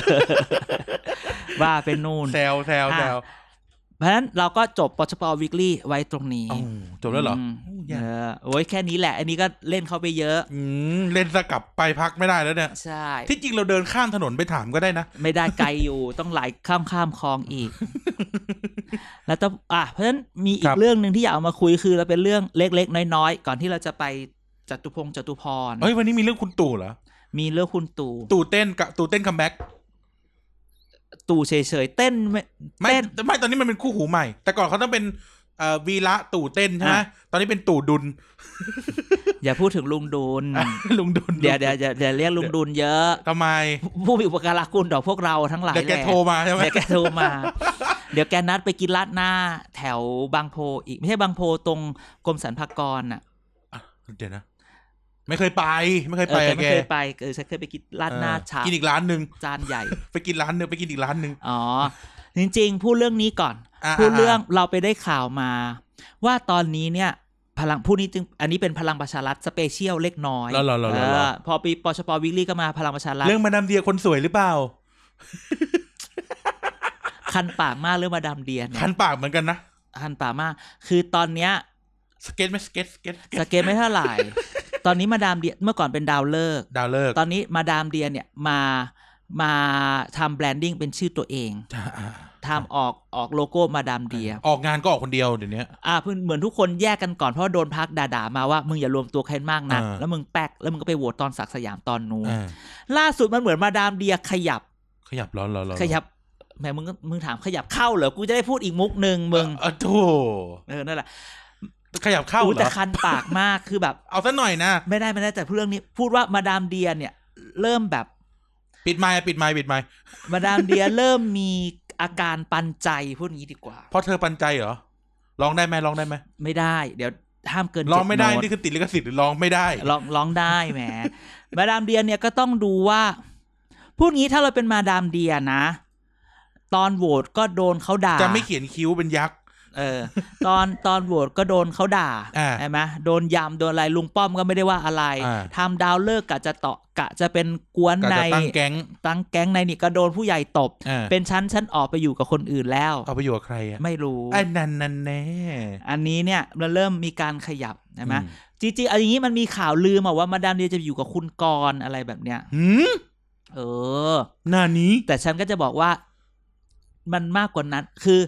ว่าเป็นนู่นแซวเพราะฉะนั้นเราก็จบปชป. Weekly ไว้ตรงนี้จบแล้วเหรอโอ้ยแค่นี้แหละอันนี้ก็เล่นเข้าไปเยอะเล่นสกลับไปพักไม่ได้แล้วเนี่ยใช่ที่จริงเราเดินข้ามถนนไปถามก็ได้นะไม่ได้ไกลอยู่ต้องไหลข้ามคลองอีกแล้วต้องเพราะฉะนั้นมีอีกเรื่องนึงที่อยากเอามาคุยคือเราเป็นเรื่องเล็กๆน้อยๆก่อนที่เราจะไปจตุพรเฮ้ยวันนี้มีเรื่องคุณตู่เหรอมีเรื่องคุณตู่เต้นคัมแบ็กตู่เฉยๆเต้นไม่ตอนนี้มันเป็นคู่หูใหม่แต่ก่อนเขาต้องเป็นวีระตู่เต้นใช่ไหมตอนนี้เป็นตู่ดุลอย่าพูดถึงลุงดุลเดี๋ยวเรียกลุงดุลเยอะทำไมผู้มีอุปการะคุณต่อพวกเราทั้งหลายเดี๋ยวแกโทรมาใช่ไหมเดี๋ยวแกโทรมาเดี๋ยวแกนัดไปกินราดหน้าแถวบางโพอีกไม่ใช่บางโพตรงกรมสรรพากรน่ะเดี๋ยวนะไม่เคยไปไม่เคยไปฉันเคยไปกินราดหน้าชากินอีกร้านนึงจานใหญ่ไปกินร้านนึงไปกินอีกร้านนึงอ๋อจริงๆพูดเรื่องนี้ก่อนพูดเรื่องเราไปได้ข่าวมาว่าตอนนี้เนี่ยพลังผู้นี้จึงอันนี้เป็นพลังประชารัฐสเปเชียลเล็กน้อยพอปีปชป. Weekly ก็มาพลังประชารัฐเรื่องมาดามเดียคนสวยหรือเปล่าคันปากมากเรื่องมาดามเดียคันปากเหมือนกันนะคันปากมากคือตอนเนี้ยสเก็ตไม่เท่าไหร่ตอนนี้มาดามเดียเมื่อก่อนเป็นดาวเลิกตอนนี้มาดามเดียเนี่ยมาทำแบรนดิ้งเป็นชื่อตัวเองทำออกโลโก้มาดามเดียออกงานก็ออกคนเดียวเดี๋ยวนี้เหมือนทุกคนแยกกันก่อนเพราะโดนพักด่ามาว่ามึงอย่ารวมตัวใครมากนะแล้วมึงแป๊กแล้วมึงก็ไปโหวตตอนศักดิ์สยามตอนนู้นล่าสุดมันเหมือนมาดามเดียขยับร้อนขยับแหมมึงถามขยับเข้าเหรอกูจะได้พูดอีกมุกนึงมึงโธ่นั่นแหละขยับเข้าเหรอแต่คันปากมากคือแบบเอาซะหน่อยนะไม่ได้แต่เรื่องนี้พูดว่ามาดามเดียเนี่ยเริ่มแบบปิดไมค์มาดามเดียเริ่มมีอาการปันใจพูดงี้ดีกว่าเพราะเธอปันใจเหรอร้องได้ไหมไม่ได้เดี๋ยวห้ามเกินร้องไม่ได้นี่คือติดลิขสิทธิ์หรือร้องไม่ได้ร้องได้แหมมาดามเดียเนี่ยก็ต้องดูว่าพูดงี้ถ้าเราเป็นมาดามเดียนะตอนโหวตก็โดนเขาด่าจะไม่เขียนคิ้วเป็นยักษ์ตอนโหวตก็โดนเขาด่าใช่ไหมโดนยำโดนอะไรลุงป้อมก็ไม่ได้ว่าอะไรทำดาวเลิกกะจะกะจะเป็นกวนในตั้งแก๊งในนี่ก็โดนผู้ใหญ่ตบเป็นชั้นออกไปอยู่กับคนอื่นแล้วเอาไปอยู่กับใครอ่ะไม่รู้ไอ้นั่นแน่อันนี้เนี่ยมันเริ่มมีการขยับใช่ไหมจริงๆอันนี้มันมีข่าวลือมาว่ามาดามเดียจะอยู่กับคุณกรณ์อะไรแบบเนี้ยหน้านี้แต่ฉันก็จะบอกว่ามันมากกว่านั้น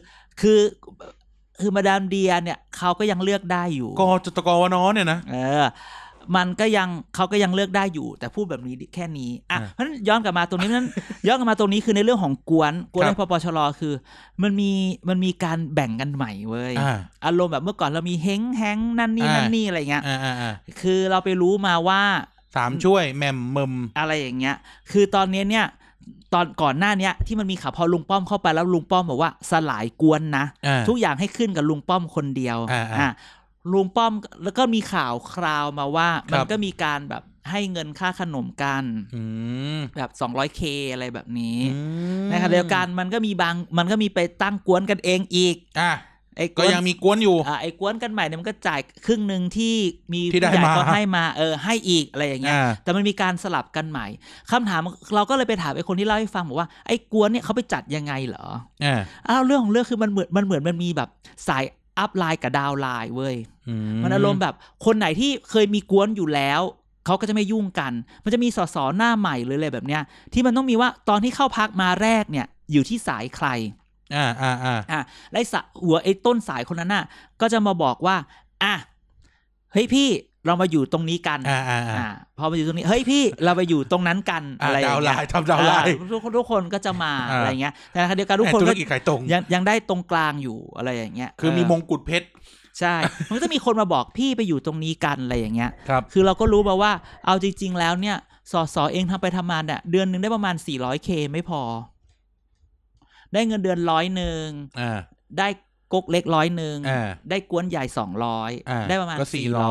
คือมาดามเดียเนี่ยเขาก็ยังเลือกได้อยู่กจตกวนเนี่ยนะมันก็ยังเขาก็ยังเลือกได้อยู่แต่พูดแบบนี้แค่นี้อ่ะเพราะฉะนั้นย้อนกลับมาตรงนี้คือในเรื่องของกวนในพปชรคือมันมีการแบ่งกันใหม่เว้ยอารมณ์แบบเมื่อก่อนเรามีเฮ้งแฮงนั่นนี่อะไรเงี้ยคือเราไปรู้มาว่า 3ช่วยแหม่มมึมอะไรอย่างเงี้ยคือตอนนี้เนี่ยตอนก่อนหน้านี้ที่มันมีข่าวพอลุงป้อมเข้าไปแล้วลุงป้อมบอกว่าสลายกวนนะทุกอย่างให้ขึ้นกับลุงป้อมคนเดียวลุงป้อมแล้วก็มีข่าวคราวมาว่ามันก็มีการแบบให้เงินค่าขนมกันแบบ 200K อะไรแบบนี้นะครับเดียวกันมันก็มีไปตั้งกวนกันเองอีกก็ยังมีกวนอยู่ไอ้กวนกันใหม่เนี่ยมันก็จ่ายครึ่งนึงที่มีผู้ใหญ่ก็ให้มาให้อีกอะไรอย่างเงี้ยแต่มันมีการสลับกันใหม่คำถามเราก็เลยไปถามไอ้คนที่เล่าให้ฟังบอกว่าไอ้กวนเนี่ยเขาไปจัดยังไงเหรอเรื่องของเรื่องคือมันเหมือนมันมีแบบสายอัพไลน์กับดาวไลน์เว้ยมันอารมณ์แบบคนไหนที่เคยมีกวนอยู่แล้วเขาก็จะไม่ยุ่งกันมันจะมีสสหน้าใหม่เลยแบบเนี้ยที่มันต้องมีว่าตอนที่เข้าพักมาแรกเนี่ยอยู่ที่สายใครไล่หัวไอ้ต้นสายคนนั้นน่ะก็จะมาบอกว่าเฮ้ยพี่เรามาอยู่ตรงนี้กันพอมาอยู่ตรงนี้เฮ้ยพี่เราไปอยู่ตรงนั้นกันอะไรดาวไลน์ทำดาวไลน์ทุกคนก็จะมาอะไรเงี้ยแต่เดียวกันทุกคนก็ยังได้ตรงกลางอยู่อะไรอย่างเงี้ยคือมีมงกุฎเพชรใช่มันก็จะมีคนมาบอกพี่ไปอยู่ตรงนี้กันอะไรอย่างเงี้ยคือเราก็รู้มาว่าเอาจริงๆแล้วเนี่ยสสเองทำไปทำมาเนี่ยเดือนนึงได้ประมาณ 400K ไม่พอได้เงินเดือน100ได้ก๊กเล็ก100ได้กวนใหญ่200ได้ประมาณ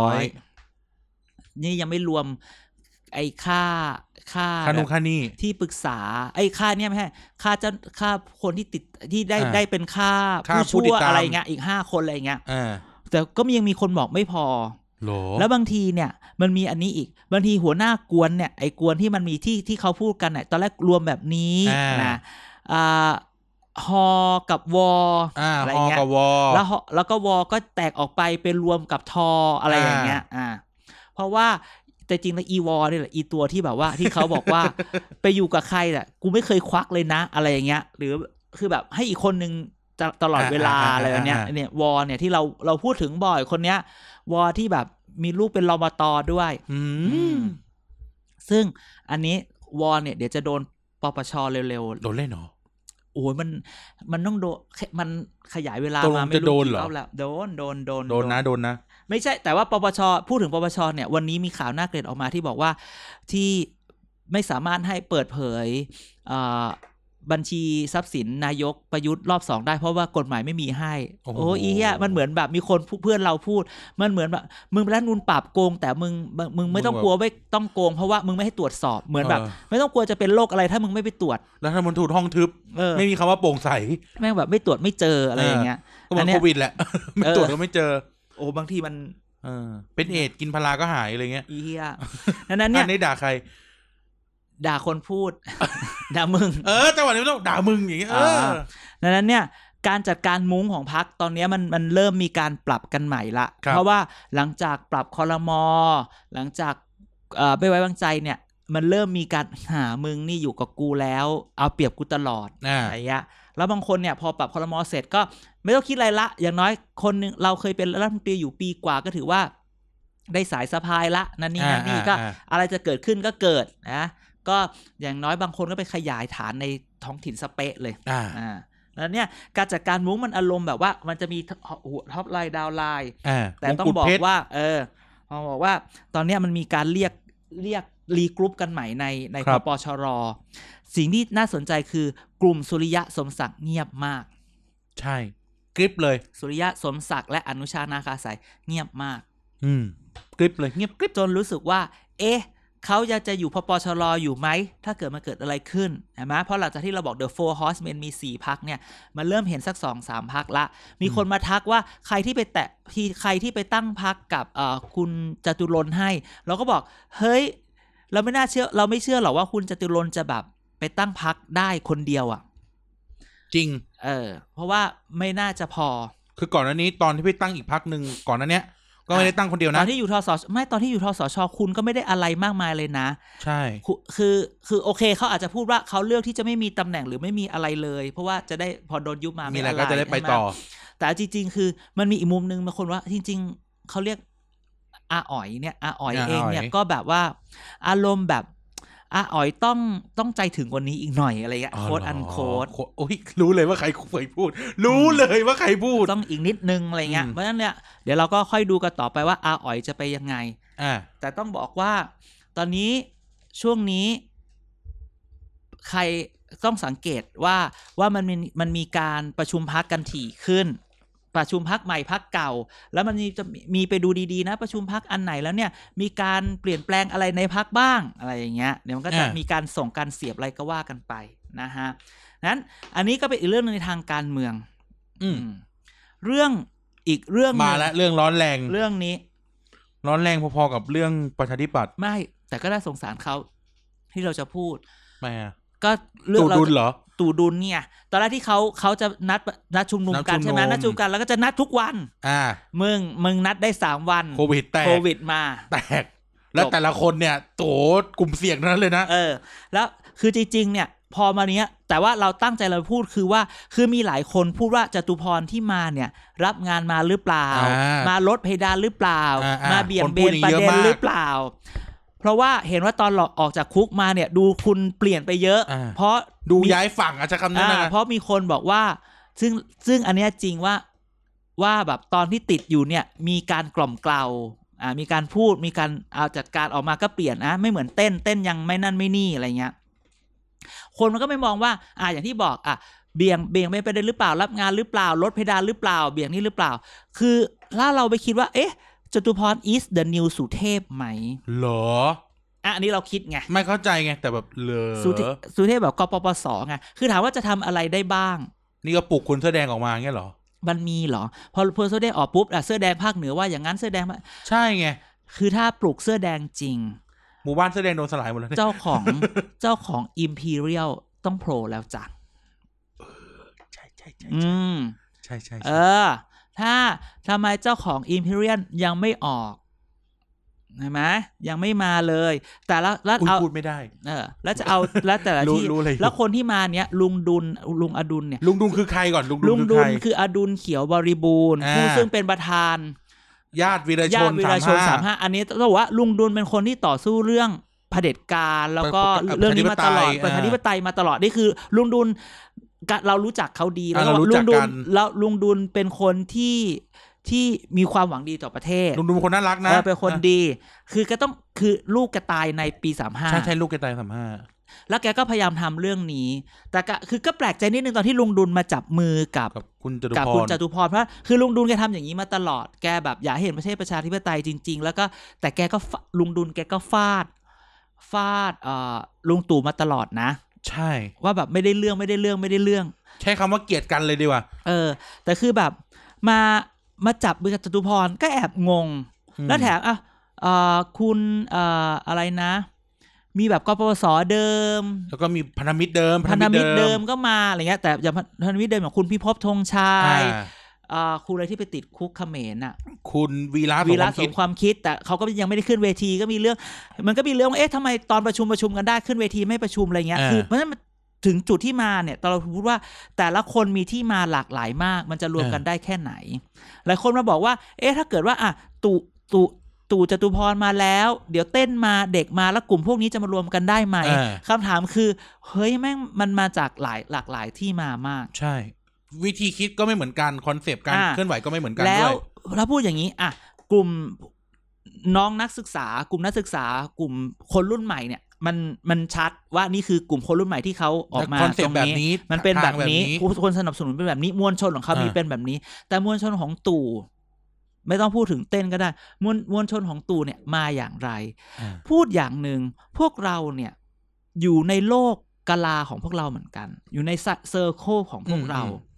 400นี่ยังไม่รวมไอ้ค่านู่นค่านี่ที่ปรึกษาไอ้ค่าเนี่ยไม่ใช่ค่าคนที่ติดที่ได้เป็นค่าผู้ช่วยอะไรเงี้ยอีก5คนอะไรเงี้ยแต่ก็ยังมีคนบอกไม่พอแล้วบางทีเนี่ยมันมีอันนี้อีกบางทีหัวหน้ากวนเนี่ยไอ้กวนที่มันมีที่เขาพูดกันเนี่ยตอนแรกรวมแบบนี้นะฮอกับวออะไรเงี้ยแล้วก็วอก็แตกออกไปเป็นรวมกับทออะไรอย่างเงี้ยเพราะว่าแต่จริงแล้วอีวอนี่แหละอีตัวที่แบบว่าที่เขาบอกว่า ไปอยู่กับใครแหละกูไม่เคยควักเลยนะอะไรอย่างเงี้ยหรือคือแบบให้อีกคนนึงตลอดเวลาอะไรแบบเนี้ยเนี่ยวอเนี่ยที่เราพูดถึงบ่อยคนเนี้ยวอที่แบบมีลูกเป็นรมต.ด้วยซึ่งอันนี้วอเนี่ยเดี๋ยวจะโดนปปช.เร็วๆโดนเล่นเหรอโอ้ยมันต้องโดนมันขยายเวลามาไม่รู้กี่รอบแล้วโดนนะไม่ใช่แต่ว่าปปช.พูดถึงปปช.เนี่ยวันนี้มีข่าวน่าเกลียดออกมาที่บอกว่าที่ไม่สามารถให้เปิดเผยบัญชีทรัพย์สินนายกประยุทธ์รอบ2ได้เพราะว่ากฎหมายไม่มีให้โอ้อีเหี้ยมันเหมือนแบบมีคนเพื่อนเราพูดมันเหมือนแบบมึงเป็นรัฐธรรมนูญปราบโกงแต่มึงไม่ต้องกลัวไม่ต้องโกงเพราะว่ามึงไม่ให้ตรวจสอบเหมือนแบบไม่ต้องกลัวจะเป็นโรคอะไรถ้ามึงไม่ไปตรวจรัฐธรรมนูญห้องทึบไม่มีคำว่าโปร่งใสแม่งแบบไม่ตรวจไม่เจออะไรอย่างเงี้ยก็เหมือนโควิดแหละไม่ตรวจก็ไม่เจอโอ้บางทีมันเป็นเอดกินพาราก็หายอะไรเงี้ยอีเหี้ยนั้นเนี่ยนี่ด่าใครด่าคนพูดด่ามึงจังหวะนี้ต้องด่ามึงอย่างเงี้ยดังนั้นเนี่ยการจัดการมุ้งของพรรคตอนนี้มันเริ่มมีการปรับกันใหม่ละเพราะว่าหลังจากปรับครม.หลังจากไม่ไว้วางใจเนี่ยมันเริ่มมีการมึงนี่อยู่กับกูแล้วเอาเปรียบกูตลอดอะไรเงี้ยแล้วบางคนเนี่ยพอปรับครม.เสร็จก็ไม่ต้องคิดอะไรละอย่างน้อยคนนึงเราเคยเป็นรัฐมนตรีอยู่ปีกว่าก็ถือว่าได้สายสะพายละนั่นนี่ก็อะไรจะเกิดขึ้นก็เกิดนะก็อย่างน้อยบางคนก็ไปขยายฐานในท้องถิ่นสเปะเลยแล้วเนี่ยการจัดการมุ้งมันอารมณ์แบบว่ามันจะมีท็อปไลน์ดาวไลน์แต่ต้องบอกว่าบอกว่าตอนนี้มันมีการเรียกรีกรุ๊ปกันใหม่ในปปชร.สิ่งที่น่าสนใจคือกลุ่มสุริยะสมศักดิ์เงียบมากใช่กริบเลยสุริยะสมศักดิ์และอนุชานาคาสายเงียบมากกริบเลยเงียบกริบจนรู้สึกว่าเขาจะอยู่พปชรอยู่ไหมถ้าเกิดมันเกิดอะไรขึ้นใช่ไหมเพราะหลังจากที่เราบอก The Four Horsemen มี4พรรคเนี่ยมันเริ่มเห็นสัก 2-3 พรรคละมีคนมาทักว่าใครที่ไปตั้งพรรคกับคุณจตุรนต์ให้เราก็บอกเฮ้ยเราไม่เชื่อหรอกว่าคุณจตุรนต์จะแบบไปตั้งพรรคได้คนเดียวอ่ะจริงเพราะว่าไม่น่าจะพอคือก่อนหน้านี้ตอนที่ไปตั้งอีกพรรคนึงก่อนหน้านี้ก็ไม่ได้ตั้งคนเดียวนะตอนที่อยู่ทสชไม่ตอนที่อยู่ทสชคุณก็ไม่ได้อะไรมากมายเลยนะใช่คือโอเคเขาอาจจะพูดว่าเขาเลือกที่จะไม่มีตำแหน่งหรือไม่มีอะไรเลยเพราะว่าจะได้พอโดนยุบมามีอะไรก็จะได้ไปต่อแต่จริงๆคือมันมีอีกมุมนึงบางคนว่าจริงๆเขาเรียกอาอ๋อยเนี่ยอาอ๋อยเองเนี่ยก็แบบว่าอารมณ์แบบอ๋อยต้องใจถึงกว่านี้อีกหน่อยอะไรเงี้ยโค้ดอันโค้ดโอ้ยรู้เลยว่าใครเคยพูดรู้เลยว่าใครพูดต้องอีกนิดนึงอะไรเงี้ยเพราะฉะนั้นเนี่ยเดี๋ยวเราก็ค่อยดูกันต่อไปว่าอ๋อยจะไปยังไงแต่ต้องบอกว่าตอนนี้ช่วงนี้ใครต้องสังเกตว่ามันมีการประชุมพรรคกันถี่ขึ้นประชุมพรรคใหม่พรรคเก่าแล้วมันจะมีไปดูดีๆนะประชุมพรรคอันไหนแล้วเนี่ยมีการเปลี่ยนแปลงอะไรในพรรคบ้างอะไรอย่างเงี้ยเดี๋ยวมันก็จะมีการส่งการเสียบอะไรก็ว่ากันไปนะฮะนั้นอันนี้ก็เป็นอีกเรื่องนึงในทางการเมืองเรื่องอีกเรื่องมาแล้วเรื่องร้อนแรงเรื่องนี้ร้อนแรงพอๆกับเรื่องประชาธิปัตย์ไม่แต่ก็น่าสงสารเขาที่เราจะพูดไม่ก็เรื่องเราเหรอตู่ดุลเนี่ยตอนแรกที่เขาจะนัดชุมนุมกันใช่ไหมนัดชุมกันแล้วก็จะนัดทุกวันมึงนัดได้3วันโควิดมาแตกแล้วแต่ละคนเนี่ยโตกลุ่มเสี่ยงนั้นเลยนะแล้วคือจริงๆเนี่ยพอมาเนี้ยแต่ว่าเราตั้งใจเราพูดคือมีหลายคนพูดว่าจตุพรที่มาเนี่ยรับงานมาหรือเปล่ามาลดเพดานหรือเปล่ามาเบี่ยงเบนประเด็นหรือเปล่าเพราะว่าเห็นว่าตอนออกจากคุกมาเนี่ยดูคุณเปลี่ยนไปเยอะเพราะดูย้ายฝั่งอาจจะคำนั้นนะเพราะมีคนบอกว่าซึ่งอันนี้จริงว่าแบบตอนที่ติดอยู่เนี่ยมีการกล่อมเกลามีการพูดมีการเอาจัดการออกมาก็เปลี่ยนไม่เหมือนเต้นยังไม่นั่นไม่นี่อะไรเงี้ยคนมันก็ไม่มองว่าอย่างที่บอกเบี่ยงไม่ไปได้หรือเปล่ารับงานหรือเปล่าลดเพดานหรือเปล่าเบี่ยงนี่หรือเปล่าคือถ้าเราไปคิดว่าจตุพร is the new สุเทพไหมเหรออันนี้เราคิดไงไม่เข้าใจไงแต่แบบสุเทพแบบกปปสไงคือถามว่าจะทำอะไรได้บ้างนี่ก็ปลุกคนเสื้อแดงออกมาเงี้ยเหรอมันมีเหรอพอเสื้อแดงออกปุ๊บเสื้อแดงภาคเหนือว่าอย่างนั้นเสื้อแดงใช่ไงคือถ้าปลุกเสื้อแดงจริงหมู่บ้านเสื้อแดงโดนสลายหมดแล้วเจ้าของ Imperial ต้องโผล่แล้วจ้ะใช่ถ้าทำไมเจ้าของ Imperial ยังไม่ออกใช่ไหมยังไม่มาเลยแต่แล้วเอาพูดไม่ได้แล้วจะเอาแล้วแต่ละที่แล้วคนที่มาเนี้ยลุงอดุลเนี่ยลุงดุลคือใครก่อนลุงดุลคืออดุลเขียวบริบูรณ์ผู้ซึ่งเป็นประธานญาติวีรชน 35อันนี้ต้องบอกว่าลุงดุลเป็นคนที่ต่อสู้เรื่องเผด็จการแล้วก็เรื่องนี้มาตลอดประชาธิปไตยมาตลอดนี่คือลุงดุลเรารู้จักเขาดีแล้วลุงดุลเป็นคนที่มีความหวังดีต่อประเทศลุงดุลเป็นคนน่ารักนะเป็นคนดีคือลูกแกตายในปี35 ใช่ลูกแกตาย35 แล้วแกก็พยายามทำเรื่องนี้แต่คือก็แปลกใจนิดนึงตอนที่ลุงดุลมาจับมือกับคุณจตุพรเพราะคือลุงดุลแกทำอย่างนี้มาตลอดแกแบบอยากเห็นประเทศประชาธิปไตยจริงๆแล้วก็แต่แกก็ลุงดุลแกก็ฟาดลุงตู่มาตลอดนะใช่ว่าแบบไม่ได้เรื่องใช้คำว่าเกลียดกันเลยดีกว่าแต่คือแบบมาจับมือกับจตุพรก็แอบงงแล้วแถมคุณอะไรนะมีแบบกปปสเดิมแล้วก็มีพันธมิตรเดิมก็มาอะไรเงี้ยแต่อย่างพันธมิตรเดิมของคุณพิภพธงชัยคุณอะไรที่ไปติดคุกเขมรคุณวีระสมความคิดแต่เขาก็ยังไม่ได้ขึ้นเวทีก็มีเรื่องมันก็มีเรื่องว่าทำไมตอนประชุมกันได้ขึ้นเวทีไม่ประชุมอะไรเงี้ยคือเพราะฉะนั้นถึงจุดที่มาเนี่ยตอนเราพูดว่าแต่ละคนมีที่มาหลากหลายมากมันจะรวมกันได้แค่ไหนหลายคนมาบอกว่าถ้าเกิดว่าตู่จตุพรมาแล้วเดี๋ยวเต้นมาเด็กมาแล้วกลุ่มพวกนี้จะมารวมกันได้ไหมคำถามคือเฮ้ยแม่งมันมาจากหลากหลายที่มามากใช่วิธีคิดก็ไม่เหมือนกันคอนเซปต์การเคลื่อนไหวก็ไม่เหมือนกันด้วยแล้วถ้าพูดอย่างนี้กลุ่มน้องนักศึกษากลุ่มนักศึกษากลุ่มคนรุ่นใหม่เนี่ยมันชัดว่านี่คือกลุ่มคนรุ่นใหม่ที่เขาออกมาตรงนี้มันเป็นแบบนี้คนสนับสนุนเป็นแบบนี้มวลชนของเขามีเป็นแบบนี้แต่มวลชนของตู่ไม่ต้องพูดถึงเต้นก็ได้มวลชนของตู่เนี่ยมาอย่างไรพูดอย่างหนึ่งพวกเราเนี่ยอยู่ในโลกกาลาของพวกเราเหมือนกันอยู่ในเซอร์เคิลของพวกเรา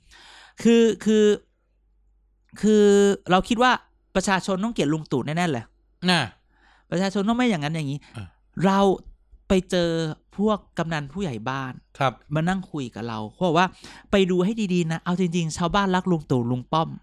คือเราคิดว่าประชาชนต้องเกลียดลุงตู่แน่ๆเลยประชาชนต้องไม่อย่างนั้นอย่างนี้เราไปเจอพวกกำนันผู้ใหญ่บ้านมานั่งคุยกับเราเขาบอกว่าไปดูให้ดีๆนะเอาจริงๆชาวบ้านรักลุงตู่ลุงป้อม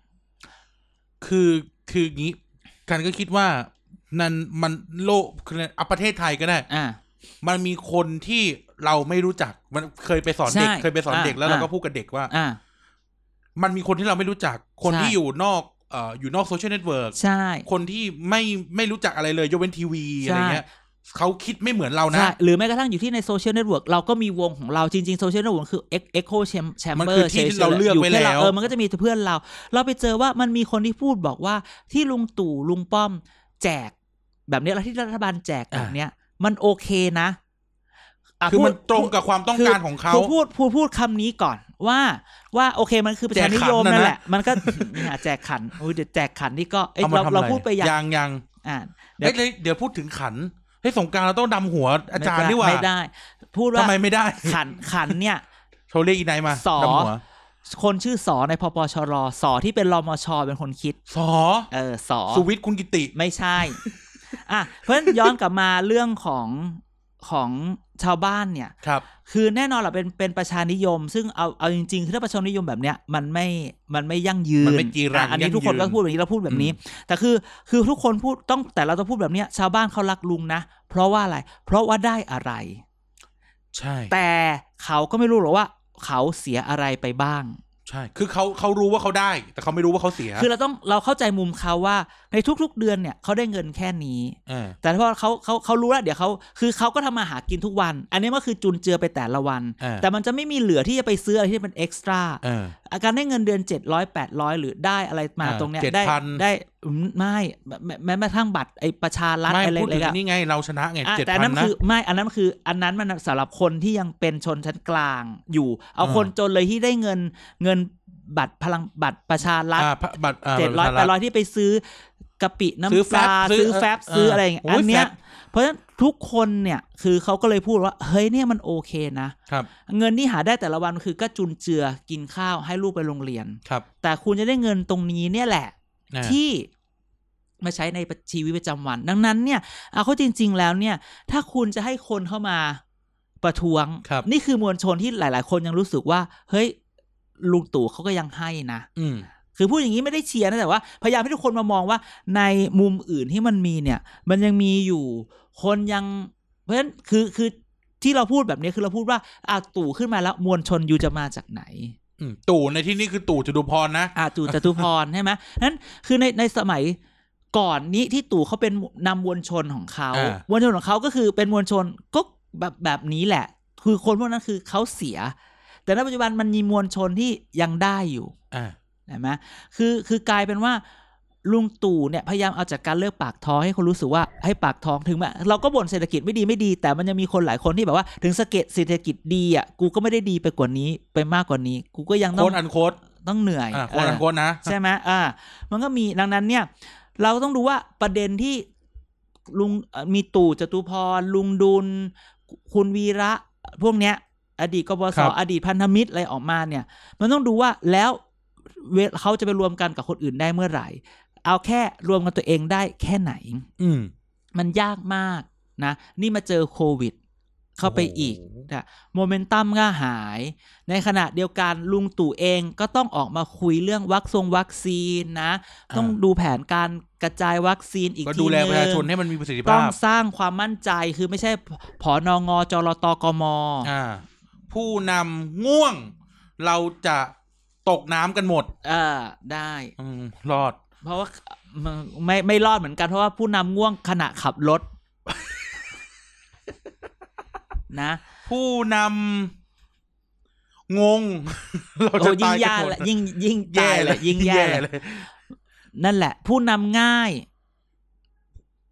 คืองี้กันก็คิดว่านั่นมันโลกประเทศไทยก็ได้มันมีคนที่เราไม่รู้จักมันเคยไปสอนเด็กแล้วเราก็พูดกับเด็กว่ามันมีคนที่เราไม่รู้จักคนที่อยู่นอกโซเชียลเน็ตเวิร์กคนที่ไม่รู้จักอะไรเลยยกเว้นทีวีอะไรเงี้ยเขาคิดไม่เหมือนเรานะหรือแม้กระทั่งอยู่ที่ในโซเชียลเน็ตเวิร์กเราก็มีวงของเราจริงๆโซเชียลเน็ตเวิร์กคือ Echo Chamber มันคือที่เราเลือกไว้แล้วมันก็จะมีเพื่อนเราไปเจอว่ามันมีคนที่พูดบอกว่าที่ลุงตู่ลุงป้อมแจกแบบนี้แล้วที่รัฐบาลแจกแบบเนี้ยมันโอเคนะคือมันตรงกับความต้องการของเขาพูดคำนี้ก่อนว่าโอเคมันคือประชานิยมนั่นแหละมันก็แจกขันเดี๋ยวแจกขันนี่ก็เราพูดไปยังเดี๋ยวพูดถึงขันให้สงกรานต์เราต้องดำหัวอาจารย์ดีกว่าไม่ได้พูดว่าทำไมไม่ได้ขันเนี่ยโทรเรียกอีไนมาดำหัวคนชื่อสอในพปชรสอที่เป็นรมชเป็นคนคิดสอสอสุวิทย์คุณกิติไม่ใช่เพราะฉะนั้นย้อนกลับมาเรื่องของชาวบ้านเนี่ยคือแน่นอนแหละเป็นประชานิยมซึ่งเอาจริงๆคือถ้าประชานิยมแบบเนี้ยมันไม่ยั่งยืนมันไม่จีรังอันนี้ทุกคนก็พูดแบบนี้เราพูดแบบนี้แต่คือทุกคนพูดต้องแต่เราจะพูดแบบเนี้ยชาวบ้านเขารักลุงนะเพราะว่าอะไรเพราะว่าได้อะไรใช่แต่เขาก็ไม่รู้หรอกว่าเขาเสียอะไรไปบ้างใช่คือเขารู้ว่าเขาได้แต่เขาไม่รู้ว่าเขาเสียคือเราเข้าใจมุมเขาว่าในทุกๆเดือนเนี่ยเขาได้เงินแค่นี้แต่พอเขารู้แล้วเดี๋ยวเขาก็ทำมาหากินทุกวันอันนี้ก็คือจุนเจือไปแต่ละวันแต่มันจะไม่มีเหลือที่จะไปซื้ออะไรที่เป็นเอ็กซ์ตร้าการได้เงินเดือน700-800หรือได้อะไรมาตรงเนี้ยได้ไม่แม้กระทั่งบัตรไอ้ประชารัฐอะไรเลยก็นี่ไงเราชนะไง 7,000 แต่อันนั้นคือไม่อันนั้นมันสำหรับคนที่ยังเป็นชนชั้นกลางอยู่เอาคนจนเลยที่ได้เงินบัตรพลังบัตรประชารัฐ700-800ที่ไปซื้อกะปิน้ำปลาซื้อแฟบซื้ออะไรอย่างเงี้ยอันเนี้ยเพราะฉะนั้นทุกคนเนี่ยคือเขาก็เลยพูดว่าเฮ้ยเนี่ยมันโอเคนะเงินที่หาได้แต่ละวันคือก็จุนเจือกินข้าวให้ลูกไปโรงเรียนแต่คุณจะได้เงินตรงนี้เนี่ยแหละที่มาใช้ในชีวิตประจำวันดังนั้นเนี่ยเขาจริงๆแล้วเนี่ยถ้าคุณจะให้คนเข้ามาประท้วงนี่คือมวลชนที่หลายๆคนยังรู้สึกว่าเฮ้ยลุงตู่เขาก็ยังให้นะคือพูดอย่างนี้ไม่ได้เชียร์นะแต่ว่าพยายามให้ทุกคนมามองว่าในมุมอื่นที่มันมีเนี่ยมันยังมีอยู่คนยังเพราะฉะนั้นคือที่เราพูดแบบนี้คือเราพูดว่าตู่ขึ้นมาแล้วมวลชนอยู่จะมาจากไหนตู่ในที่นี้คือตู่จตุพรนะตู่จตุพรใช่ไหมนั้นคือในสมัยก่อนนี้ที่ตู่เขาเป็นนำมวลชนของเขามวลชนของเขาก็คือเป็นมวลชนก็แบบนี้แหละคือคนพวกนั้นคือเขาเสียแต่ในปัจจุบันมันมีมวลชนที่ยังได้อยู่ใช่ไหมคือกลายเป็นว่าลุงตู่เนี่ยพยายามเอาจากการเลือกปากท้องให้คนรู้สึกว่าให้ปากท้องถึงแม้เราก็บ่นเศรษฐกิจไม่ดีแต่มันยังมีคนหลายคนที่แบบว่าถึงเศรษฐกิจดีกูก็ไม่ได้ดีไปกว่านี้ไปมากกว่านี้กูก็ยังต้องต้องเหนื่อยโค้ดนะใช่ไหมมันก็มีดังนั้นเนี่ยเราต้องดูว่าประเด็นที่ลุงมีตู่จตุพรลุงดุลคุณวีระพวกเนี้ยอดีตกบส.อดีตพันธมิตรอะไรออกมาเนี่ยมันต้องดูว่าแล้วเขาจะไปรวมกันกับคนอื่นได้เมื่อไหร่เอาแค่รวมกันตัวเองได้แค่ไหนมันยากมากนะนี่มาเจอโควิดเข้าไปอีกนะโมเมนตัมก็หายในขณะเดียวกันลุงตู่เองก็ต้องออกมาคุยเรื่องวัคซีนนะต้องดูแผนการกระจายวัคซีนอีกทีนึงดูแลประชาชนให้มันมีประสิทธิภาพต้องสร้างความมั่นใจคือไม่ใช่ผนง.จรต.กม. ผู้นำง่วงเราจะตกน้ำกันหมดได้รอดเพราะว่าไม่รอดเหมือนกันเพราะว่าผู้นำง่วงขณะขับรถนะผู้นำงงเราจะตายกันหมดยิ่งแย่เลยยิ่งแย่เลยนั่นแหละผู้นำง่าย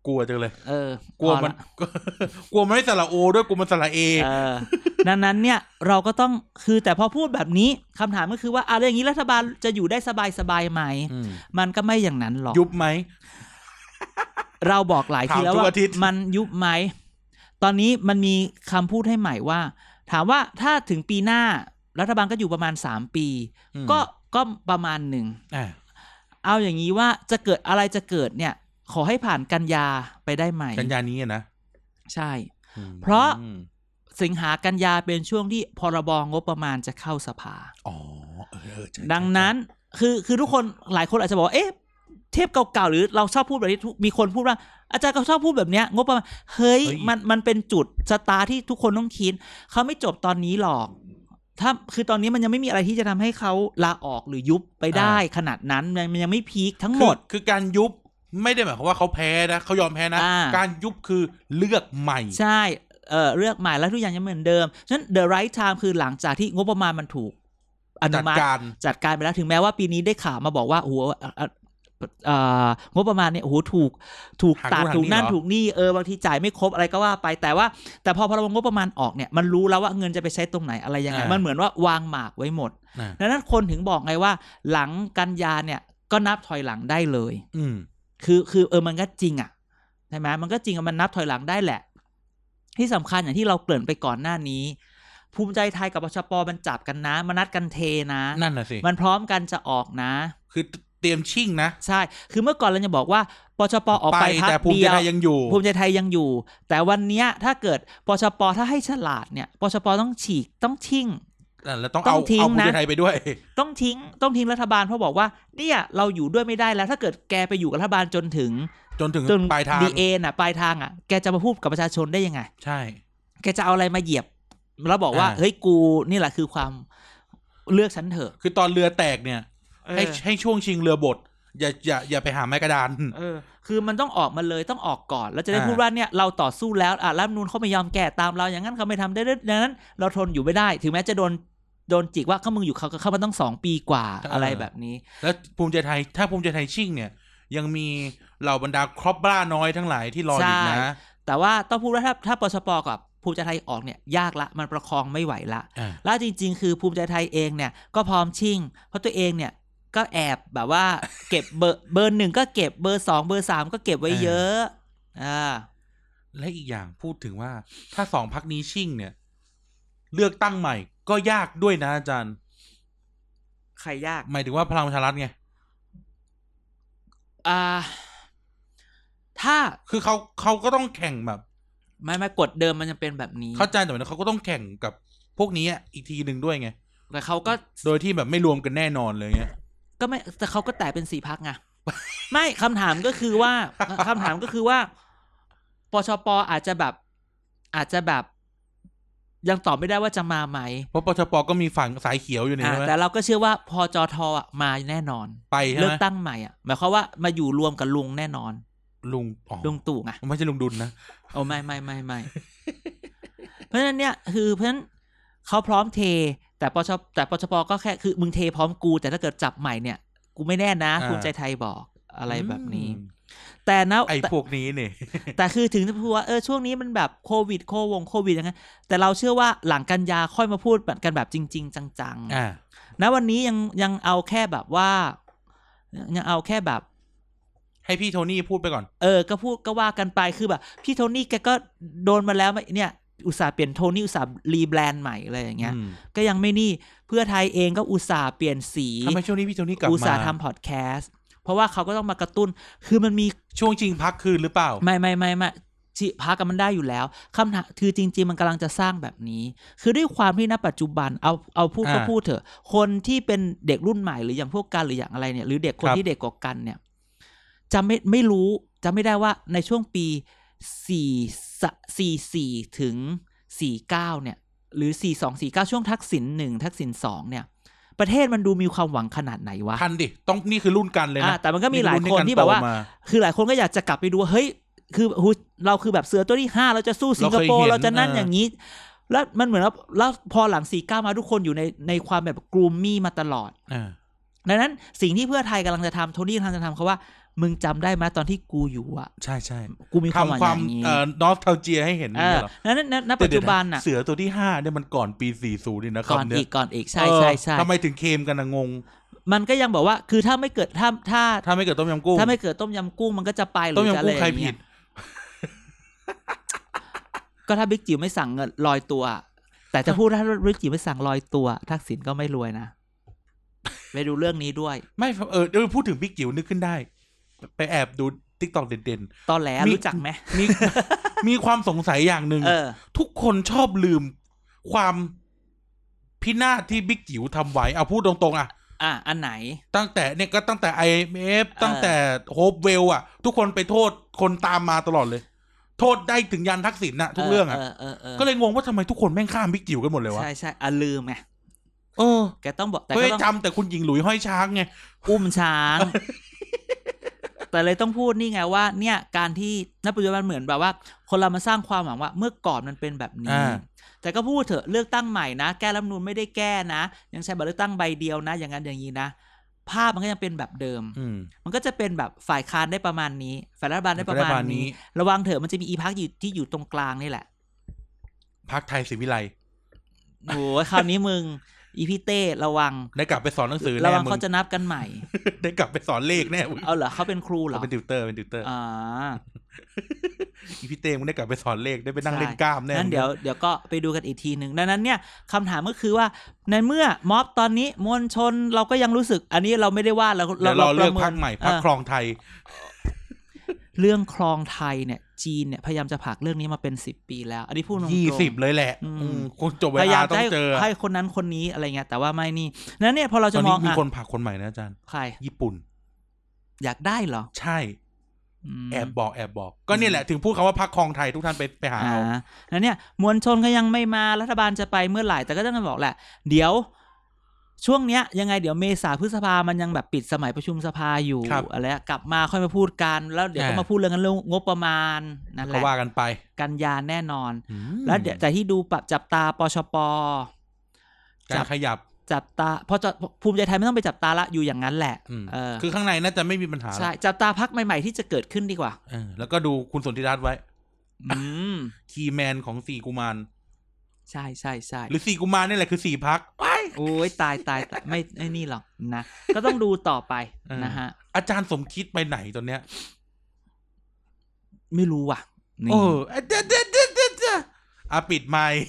กลัวจังเลยกลัวมันกลัวมันไม่สระโอด้วยกลัวมันสระเอดังนั้นเนี่ยเราก็ต้องคือแต่พอพูดแบบนี้คำถามก็คือว่าอะไรอย่างนี้รัฐบาลจะอยู่ได้สบายไหมมันก็ไม่อย่างนั้นหรอกยุบไหมเราบอกหลายทีแล้วว่ามันยุบไหมตอนนี้มันมีคำพูดให้ใหม่ว่าถามว่าถ้าถึงปีหน้ารัฐบาลก็อยู่ประมาณ3ปีก็ประมาณหนึ่งเอาอย่างนี้ว่าจะเกิดอะไรจะเกิดเนี่ยขอให้ผ่านกันยาไปได้ไหมกันยานี้นะใช่เพราะสิงหากันยาเป็นช่วงที่พรบงบประมาณจะเข้าสภาดังนั้นคือทุกคนหลายคนอาจจะบอกเอ๊ะเทปเก่าๆหรือเราชอบพูดแบบนี้มีคนพูดว่าอาจารย์ก็ชอบพูดแบบเนี้ยงบประมาณเฮ้ยมันเป็นจุดสตาร์ทที่ทุกคนต้องคิดเขาไม่จบตอนนี้หรอกถ้าคือตอนนี้มันยังไม่มีอะไรที่จะทำให้เขาลาออกหรือยุบไปได้ขนาดนั้นมันยังไม่พีคทั้งหมดคือการยุบไม่ได้หมายความว่าเขาแพ้นะเขายอมแพ้นะการยุบคือเลือกใหม่ใช่เลือกใหม่แล้วทุกอย่างยังเหมือนเดิมฉะนั้น the right time คือหลังจากที่งบประมาณมันถูกอนุมัติจัดการไปแล้วถึงแม้ว่าปีนี้ได้ข่าวมาบอกว่าโอ้โหงบประมาณเนี่ยโอ้โหถูกตัดถูกนั่นถูกนี่บางทีจ่ายไม่ครบอะไรก็ว่าไปแต่พอพรบงบประมาณออกเนี่ยมันรู้แล้วว่าเงินจะไปใช้ตรงไหนอะไรยังไงมันเหมือนว่าวางหมากไว้หมดดังนั้นคนถึงบอกไงว่าหลังกันยาเนี่ยก็นับถอยหลังได้เลยคือมันก็จริงอ่ะใช่ไหมมันก็จริงมันนับถอยหลังได้แหละที่สำคัญอย่างที่เราเกริ่นไปก่อนหน้านี้ภูมิใจไทยกับปชป.มันจับกันนะมันนัดกันเทนะนั่นน่ะสิมันพร้อมกันจะออกนะคือเตรียมชิ่งนะใช่คือเมื่อก่อนเราจะบอกว่าปชป.ออกไปพักเดียวแต่ภูมิใจไทยยังอยู่ภูมิใจไทยยังอยู่แต่วันนี้ถ้าเกิดปชป.ถ้าให้ฉลาดเนี่ยปชป.ต้องฉีกต้องทิ้งแล้วต้องเอาภูมิใจไทยไปด้วยต้องทิ้งรัฐบาลเพราะบอกว่าเนี่ยเราอยู่ด้วยไม่ได้แล้วถ้าเกิดแกไปอยู่กับรัฐบาลจนถึงปลายทาง DA น่ะปลายทางอ่ะแกจะมาพูดกับประชาชนได้ยังไงใช่แกจะเอาอะไรมาเหยียบแล้วบอกว่าเฮ้ยกูนี่แหละคือความเลือกฉันเถอะคือตอนเรือแตกเนี่ยให้ช่วงชิงเรือบดอย่าไปหาไม้กระดานคือมันต้องออกมาเลยต้องออกก่อนแล้วจะได้พูดว่าเนี่ยเราต่อสู้แล้วรัฐธรรมนูญเขาไม่ยอมแก้ตามเราอย่างนั้นเขาไม่ทำได้ดังนั้นเราทนอยู่ไม่ได้ถึงแม้จะโดนจิกว่าเขามึงอยู่เขามาต้อง2 ปีกว่าอะไรแบบนี้แล้วภูมิใจไทยถ้าภูมิใจไทยชิ่งเนี่ยยังมีเหล่าบรรดาครอบบ้าน้อยทั้งหลายที่รออยู่นะแต่ว่าต้องพูดว่าถ้าปชป.กับภูมิใจไทยออกเนี่ยยากละมันประคองไม่ไหวละแล้วจริงๆคือภูมิใจไทยเองเนี่ยก็พร้อมชิ่งเพราะตัวเองเนี่ยก็แอบแบบว่าเก็บเบอร์1ก็เก็บเบอร์2เบอร์3ก็เก็บไว้เยอะและอีกอย่างพูดถึงว่าถ้า2พรรคนี้ชิ่งเนี่ยเลือกตั้งใหม่ก็ยากด้วยนะอาจารย์ใครยากหมายถึงว่าพลังประชารัฐไงถ้าคือเขาก็ต้องแข่งแบบไม่กฎเดิมมันจะเป็นแบบนี้เข้าใจแต่ว่าเขาก็ต้องแข่งกับพวกนี้อีกทีนึงด้วยไงแต่เขาก็โดยที่แบบไม่รวมกันแน่นอนเลยเงี้ยก็ไม่แต่เขาก็แตกเป็น4 พรรคไง ไม่คำถามก็คือว่าปชป.อาจจะแบบยังตอบไม่ได้ว่าจะมาไหมเพราะปชป.ก็มีฝั่งสายเขียวอยู่นี่แต่เราก็เชื่อว่าพจท.มาแน่นอนไปเลือกตั้งใหม่หมายความว่ามาอยู่รวมกับลุงแน่นอนลุงตู่ไงไม่ใช่ลุงดุลนะโอ้ไม่ เพราะฉะนั้นเนี่ยคือเพราะฉะนั้นเขาพร้อมเทแต่ปชป.ก็แค่คือมึงเทพร้อมกูแต่ถ้าเกิดจับใหม่เนี่ยกูไม่แน่นะภูมิใจไทยบอกอะไรแบบนี้แต่นะไอ้พวกนี้นี่แต่คือถึงจะพูดว่าช่วงนี้มันแบบโควิดอย่างนั้นแต่เราเชื่อว่าหลังกันยาค่อยมาพูดกันแบบจริงๆจังๆนะวันนี้ยังเอาแค่แบบว่ายังเอาแค่แบบให้พี่โทนี่พูดไปก่อนก็พูดก็ว่ากันไปคือแบบพี่โทนี่แกก็โดนมาแล้วเนี่ยอุตส่าห์เปลี่ยนโทนี่อุตส่าห์รีแบรนด์ใหม่อะไรอย่างเงี้ยก็ยังไม่นี่เพื่อไทยเองก็อุตส่าห์เปลี่ยนสีทำไมช่วงนี้พี่โทนี่กลับมาอุตส่าห์ทำพอดแคสต์เพราะว่าเขาก็ต้องมากระตุ้นคือมันมีช่วงจริงพักคืนหรือเปล่าไม่พักกันมันได้อยู่แล้วคำถามคือจริงๆมันกำลังจะสร้างแบบนี้คือด้วยความที่ณปัจจุบันเอาพูดก็พูดเถอะคนที่เป็นเด็กรุ่นใหม่หรืออย่างพวกกันหรืออย่างอะไรเนี่ยหรือเด็กคนที่เด็กกว่ากันเนี่ยจะไม่รู้จะไม่ได้ว่าในช่วงปี44ถึง49เนี่ยหรือ4249ช่วงทักษิณ1ทักษิณ2เนี่ยประเทศมันดูมีความหวังขนาดไหนวะทันดิต้องนี่คือรุ่นกันเลยนะแต่มันก็มีหลายคนที่แบบว่าคือหลายคนก็อยากจะกลับไปดูเฮ้ยคือเราคือแบบเสือตัวที่5เราจะสู้สิงคโปร์เราจะนั่นอย่างนี้แล้วมันเหมือนว่าแล้วพอหลัง49มาทุกคนอยู่ในความแบบกรูมมี่มาตลอดดังนั้นสิ่งที่เพื่อไทยกำลังจะทำโทนี่กำลังจะทำเขาว่ามึงจำได้ไหมตอนที่กูอยู่อ่ะใช่ใช่กูมีความอย่างนี้นอสเทลเจียให้เห็นนี่หรอนั้นปัจจุบันน่ะเสือตัวที่5เนี่ยมันก่อนปี40นี่นะก่อนอีกใช่ใช่ทำไมถึงเคมกันนะงงมันก็ยังบอกว่าคือถ้าไม่เกิดถ้าไม่เกิดต้มยำกุ้งถ้าไม่เกิดต้มยำกุ้งมันก็จะไปหรือจะอะไรใครผิดก็ถ้าบิ๊กจิ๋วไม่สั่งเงินลอยตัวแต่จะพูดถ้าบิ๊กจิ๋วไม่สั่งลอยตัวทักษิณก็ไม่รวยนะไปดูเรื่องนี้ด้วยไม่พูดถึงบิ๊กจิ๋วนึกขึ้นได้ไปแอบดู TikTok เด่นๆตอนแหลรู้จักไหมมีความสงสัยอย่างนึงทุกคนชอบลืมความพินาศที่บิ๊กจิ๋วทำไว้เอาพูดตรงๆอันไหนตั้งแต่เนี่ยก็ตั้งแต่ IMF ตั้งแต่โฮปเวลทุกคนไปโทษคนตามมาตลอดเลยโทษได้ถึงยันทักษิณทุกเรื่องก็เลยงงว่าทำไมทุกคนแม่งข้ามบิ๊กจิ๋วกันหมดเลยวะใช่ลืมไงแกต้องบอกแต่ก็จำแต่คุณหญิงหลุยห้อยช้างไงอุ้มช้างแต่เลยต้องพูดนี่ไงว่าเนี่ยการที่ณปัจจุบันเหมือนแบบว่าคนเรามาสร้างความหวังว่าเมื่อก่อนมันเป็นแบบนี้แต่ก็พูดเถอะเลือกตั้งใหม่นะแก้รัฐธรรมนูญไม่ได้แก้นะยังใช้บัตรเลือกตั้งใบเดียวนะอย่างนั้นอย่างนี้นะภาพมันก็ยังเป็นแบบเดิมมันก็จะเป็นแบบฝ่ายค้านได้ประมาณนี้ฝ่ายรัฐบาลได้ประมาณนี้ระวังเถอะมันจะมีอีพรรคที่อยู่ตรงกลางนี่แหละพรรคไทยศรีวิไลโอ้ยคราวนี้มึงอีพี่เต้ระวังได้กลับไปสอนหนังสือระวังเขาจะนับกันใหม่ได้กลับไปสอนเลขแน่เอาเหรอเขาเป็นครูเหรอเป็นติวเตอร์อีพี่เต้มึงได้กลับไปสอนเลขได้ไปนั่งเล่นกล้ามแน่งั้นเดี๋ยวก็ไปดูกันอีกทีนึงดังนั้นเนี่ยคำถามก็คือว่าในเมื่อม็อบตอนนี้มวลชนเราก็ยังรู้สึกอันนี้เราไม่ได้ว่าเราเลือกพรรคใหม่พรรคครองไทยเรื่องครองไทยเนี่ยจีนเนี่ยพยายามจะผลักเรื่องนี้มาเป็น10 ปีแล้วอันนี้พูดตรงๆ 20เลยแหละคนจบเวลาต้องเจอให้คนนั้นคนนี้อะไรเงี้ยแต่ว่าไม่นี่นั้นเนี่ยพอเราจะมองมีคนผลักคนใหม่นะอาจารย์ใครญี่ปุ่นอยากได้เหรอใช่แอบบอกก็นี่แหละถึงพูดคำว่าพรรคครองไทยทุกท่านไปหาเอาแล้วเนี่ยมวลชนก็ยังไม่มารัฐบาลจะไปเมื่อไหร่แต่ก็ต้องบอกแหละเดี๋ยวช่วงเนี้ยยังไงเดี๋ยวเมษาพฤษภามันยังแบบปิดสมัยประชุมสภาอยู่อะไรกลับมาค่อยมาพูดกันแล้วเดี๋ยวก็มาพูดเรื่องงบประมาณนั่นแหละก็ว่ากันไปกันยาแน่นอนแล้วเดี๋ยวแต่ที่ดูปรับจับตาปชป. การขยับจับตาพอจะภูมิใจไทยไม่ต้องไปจับตาละอยู่อย่างนั้นแหละคือข้างในน่าจะไม่มีปัญหาใช่จับตาพรรคใหม่ๆที่จะเกิดขึ้นดีกว่าแล้วก็ดูคุณสนธิรัตน์ไว้คีย์แมนของ4กุมารใช่หรือ4กุมารนี่แหละคือ4พรรคโอ้ยตายไม่นี่หรอกนะก็ต้องดูต่อไปนะฮะอาจารย์สมคิดไปไหนตอนเนี้ยไม่รู้ว่ะปิดไมค์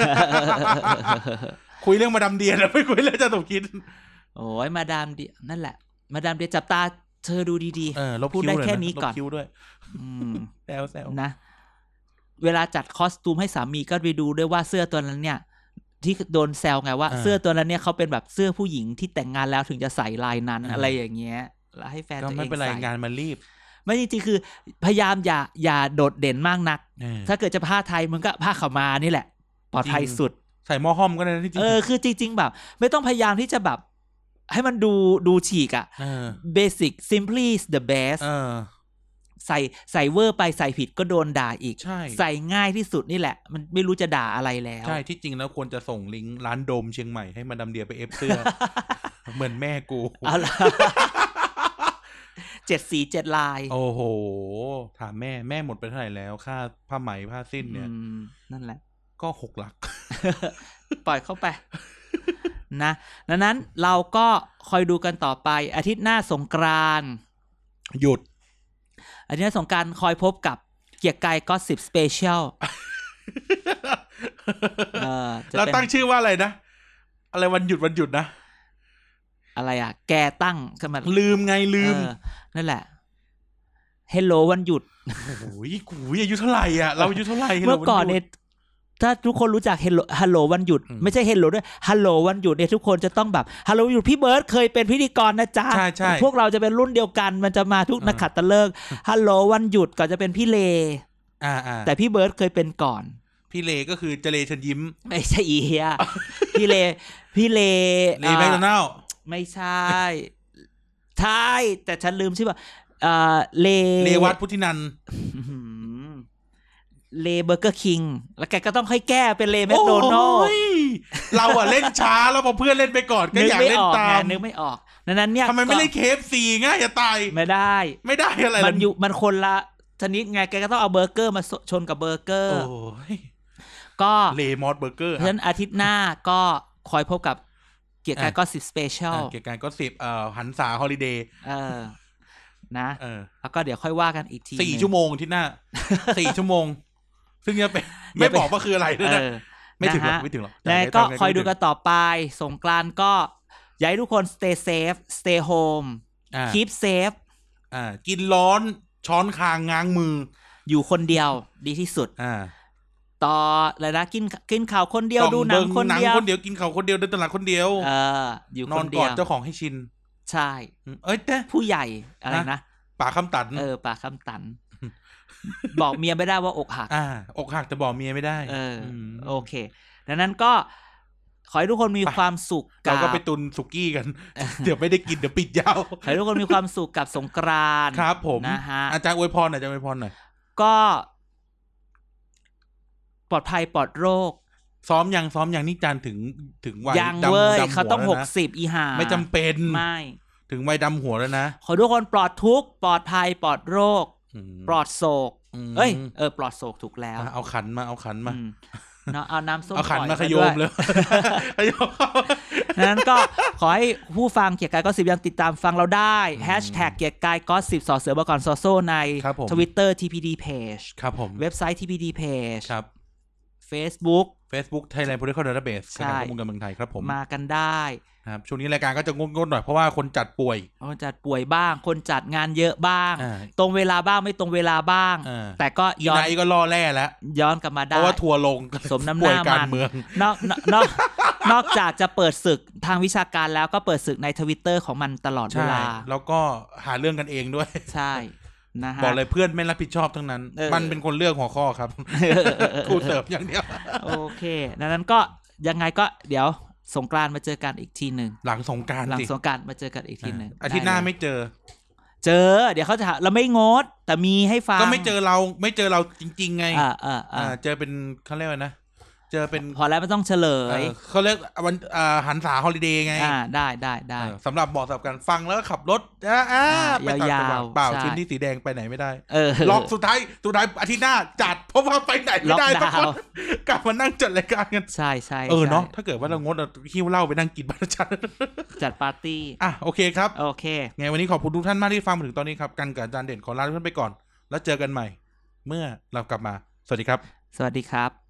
คุยเรื่องมาดามเดียนะไม่คุยเรื่องอาจารย์สมคิดโอ้ยมาดามเดียนั่นแหละมาดามเดียจับตาเธอดูดีๆพูดได้แค่นี้ก่อนลบคิ้วด้วยแซวนะเวลาจัดคอสตูมให้สามีก็ไปดูด้วยว่าเสื้อตัวนั้นเนี่ยที่โดนแซวไงว่าเสื้อตัวนั้นเนี่ยเขาเป็นแบบเสื้อผู้หญิงที่แต่งงานแล้วถึงจะใส่ลายนั้นอะไรอย่างเงี้ยแล้วให้แฟนตัวเองใส่ก็ไม่เป็นไรงานมันรีบไม่จริงๆคือพยายามอย่าโดดเด่นมากนักถ้าเกิดจะผ้าไทยมันก็ผ้าขาวม้านี่แหละปลอดภัยสุดใส่หม้อห้อมก็ได้ที่จริงคือจริงๆแบบไม่ต้องพยายามที่จะแบบให้มันดูฉีกbasic simply the bestใส่เวอร์ไปใส่ผิดก็โดนด่าอีกใส่ง่ายที่สุดนี่แหละมันไม่รู้จะด่าอะไรแล้วใช่ที่จริงแล้วควรจะส่งลิงก์ร้านโดมเชียงใหม่ให้มาดามเดียไปเอฟเสื้อ เหมือนแม่กูเอาล่ะ7 สี7 ลายโอ้โหถามแม่หมดไปเท่าไหร่แล้วค่าผ้าไหมผ้าสิ้นเนี่ยนั่นแหละก็6 หลักปล่อยเข้าไปนะดังนั้นเราก็คอยดูกันต่อไปอาทิตย์หน้าสงกรานต์หยุดอาทิตย์หน้าสงกรานต์คอยพบกับเกียร์กายก็10 สเปเชียลเราตั้งชื่อว่าอะไรนะอะไรวันหยุดนะอะไรอ่ะแกตั้งขึ้นมาลืมนั่นแหละ Hello วันหยุดโอ้ยกูอายุเท่าไหร่อ่ะเราอายุเท่าไหร่เมื่อก่อนเนี่ยถ้าทุกคนรู้จัก Hello วันหยุดไม่ใช่ Hello ด้วย Hello วันหยุดเนี่ยทุกคนจะต้องแบบ Hello วันหยุดพี่เบิร์ดเคยเป็นพิธีกรนะจ๊ะพวกเราจะเป็นรุ่นเดียวกันมันจะมาทุกนักขัตฤกษ์ Hello วันหยุดก็จะเป็นพี่เลแต่พี่เบิร์ดเคยเป็นก่อนพี่เลก็คือเจเลเชิญยิ้มไม่ใช่อีเหี้ยพี่เลแมคโดนัลด์ไม่ใช่ใช่แต่ฉันลืมชื่อว่าเลวัดพุทธินันท์เลเบอร์เกอร์คิงแล้วแกก็ต้องค่อยแก้เป็นเลแมคโดนัลด์เราอะเล่นช้าแล้วพอเพื่อนเล่นไปก่อนก็อยากเล่นตามนึกไม่ออกดังนั้นเนี่ยทำไมไม่เล่น KFC ง่ายจะตายไม่ได้อะไรมันคนละชนิดไงแกก็ต้องเอาเบอร์เกอร์มาชนกับเบอร์เกอร์โอ้ยก็เลมอสเบอร์เกอร์เพราะฉะนั้นอาทิตย์หน้าก็คอยพบกับเกียรติกายก็10สเปเชียลเกียรติกายก็10หันษาฮอลิเดย์นะแล้วก็เดี๋ยวค่อยว่ากันอีกที 4 ชั่วโมงที่หน้า4 ชั่วโมงซึ่งจะเป็นไม่บอกว่าคืออะไรด้วยนะไม่ถึงหรอกแล้วก็คอยดูกันต่อไปสงกรานต์ก็อยากให้ทุกคน stay safe stay home keep safe กินร้อนช้อนคางง้างมืออยู่คนเดียวดีที่สุดต่อเลยนะกินข่าวคนเดียวดูหนังคนเดียวกินข่าวคนเดียวเดินตลาดคนเดียวอยู่นอนกอดเจ้าของให้ชินใช่แต่ผู้ใหญ่อะไรนะป่าคำตันป่าคำตันบอกเมียไม่ได้ว่าอกหักอกหักแต่บอกเมียไม่ได้โอเคดังนั้นก็ขอให้ทุกคนมีความสุขเราก็ไปตุนสุกี้กันเดี๋ยวไม่ได้กินเดี๋ยวปิดยาวขอให้ทุกคนมีความสุขกับสงกรานต์ครับผมนะฮะอาจารย์อวยพรหน่อยก็ปลอดภัยปลอดโรคซ้อมยังนี่จานถึงวัยดำหัวเขาต้อง60อีห่าไม่จำเป็นไม่ถึงวัยดำหัวแล้วนะขอทุกคนปลอดทุกข์ปลอดภัยปลอดโรคปลอดโศกปลอดโศกถูกแล้วเอาขันมาเนาะเอาน้ำส้มเอาขันมาขยมเลยนั้นก็ขอให้ผู้ฟังเกียรติกายก็10ยังติดตามฟังเราได้แฮชแท็กเกียรติกายก็10สอเสือบกรซอโซใน Twitter TPD Page ครับผมเว็บไซต์ TPD Page ครับ Facebook Thailand Political Database การข้อมูลการเมืองไทยครับผมมากันได้ครับช่วงนี้รายการก็จะงดหน่อยเพราะว่าคนจัดป่วยบ้างคนจัดงานเยอะบ้างตรงเวลาบ้างไม่ตรงเวลาบ้างแต่ก็ย้อนก็ล่อแร่แล้วย้อนกลับมาได้เพราะว่าทัวร์ลงสมน้ำหน้าการเมืองนอกจากจะเปิดศึกทางวิชาการแล้วก็เปิดศึกใน Twitter ของมันตลอดเวลาแล้วก็หาเรื่องกันเองด้วยใช่นะฮะบอกเลยเพื่อนไม่รับผิดชอบทั้งนั้นมันเป็นคนเลือกหัวข้อครับกูเสิร์ฟอย่างเดียวโอเคดังนั้นก็ยังไงก็เดี๋ยวสงกรานต์มาเจอกันอีกทีนึงหลังสงกรานต์มาเจอกันอีกทีนึงอาทิตย์หน้าไม่เจอเดี๋ยวเขาจะเราไม่งดแต่มีให้ฟังก็ไม่เจอเราจริงๆไงเจอเป็นเขาเรียกว่านะเจอเป็นพอแล้วไม่ต้องเฉลยเขาเรียกวันหันษาฮอลิเดย์ไงได้สำหรับบอกสำหรับการฟังแล้วขับรถไปต่างจังหวัดเปล่าชิ้นที่สีแดงไปไหนไม่ได้ล็อกสุดท้ายอาทิตย์หน้าจัดเพราะว่าไปไหนไม่ได้ทุกคนกลับมานั่งจัดรายการกันใช่เนาะถ้าเกิดว่าเรางดหิ้วเหล้าไปนั่งกินบ้านจัดปาร์ตี้โอเคครับโอเคไงวันนี้ขอบคุณทุกท่านมากที่ฟังมาถึงตอนนี้ครับกันกับอาจารย์เด่นขอลาทุกท่านไปก่อนแล้วเจอกันใหม่เมื่อเรากลับมาสวัสดีครับสวัสดีครับ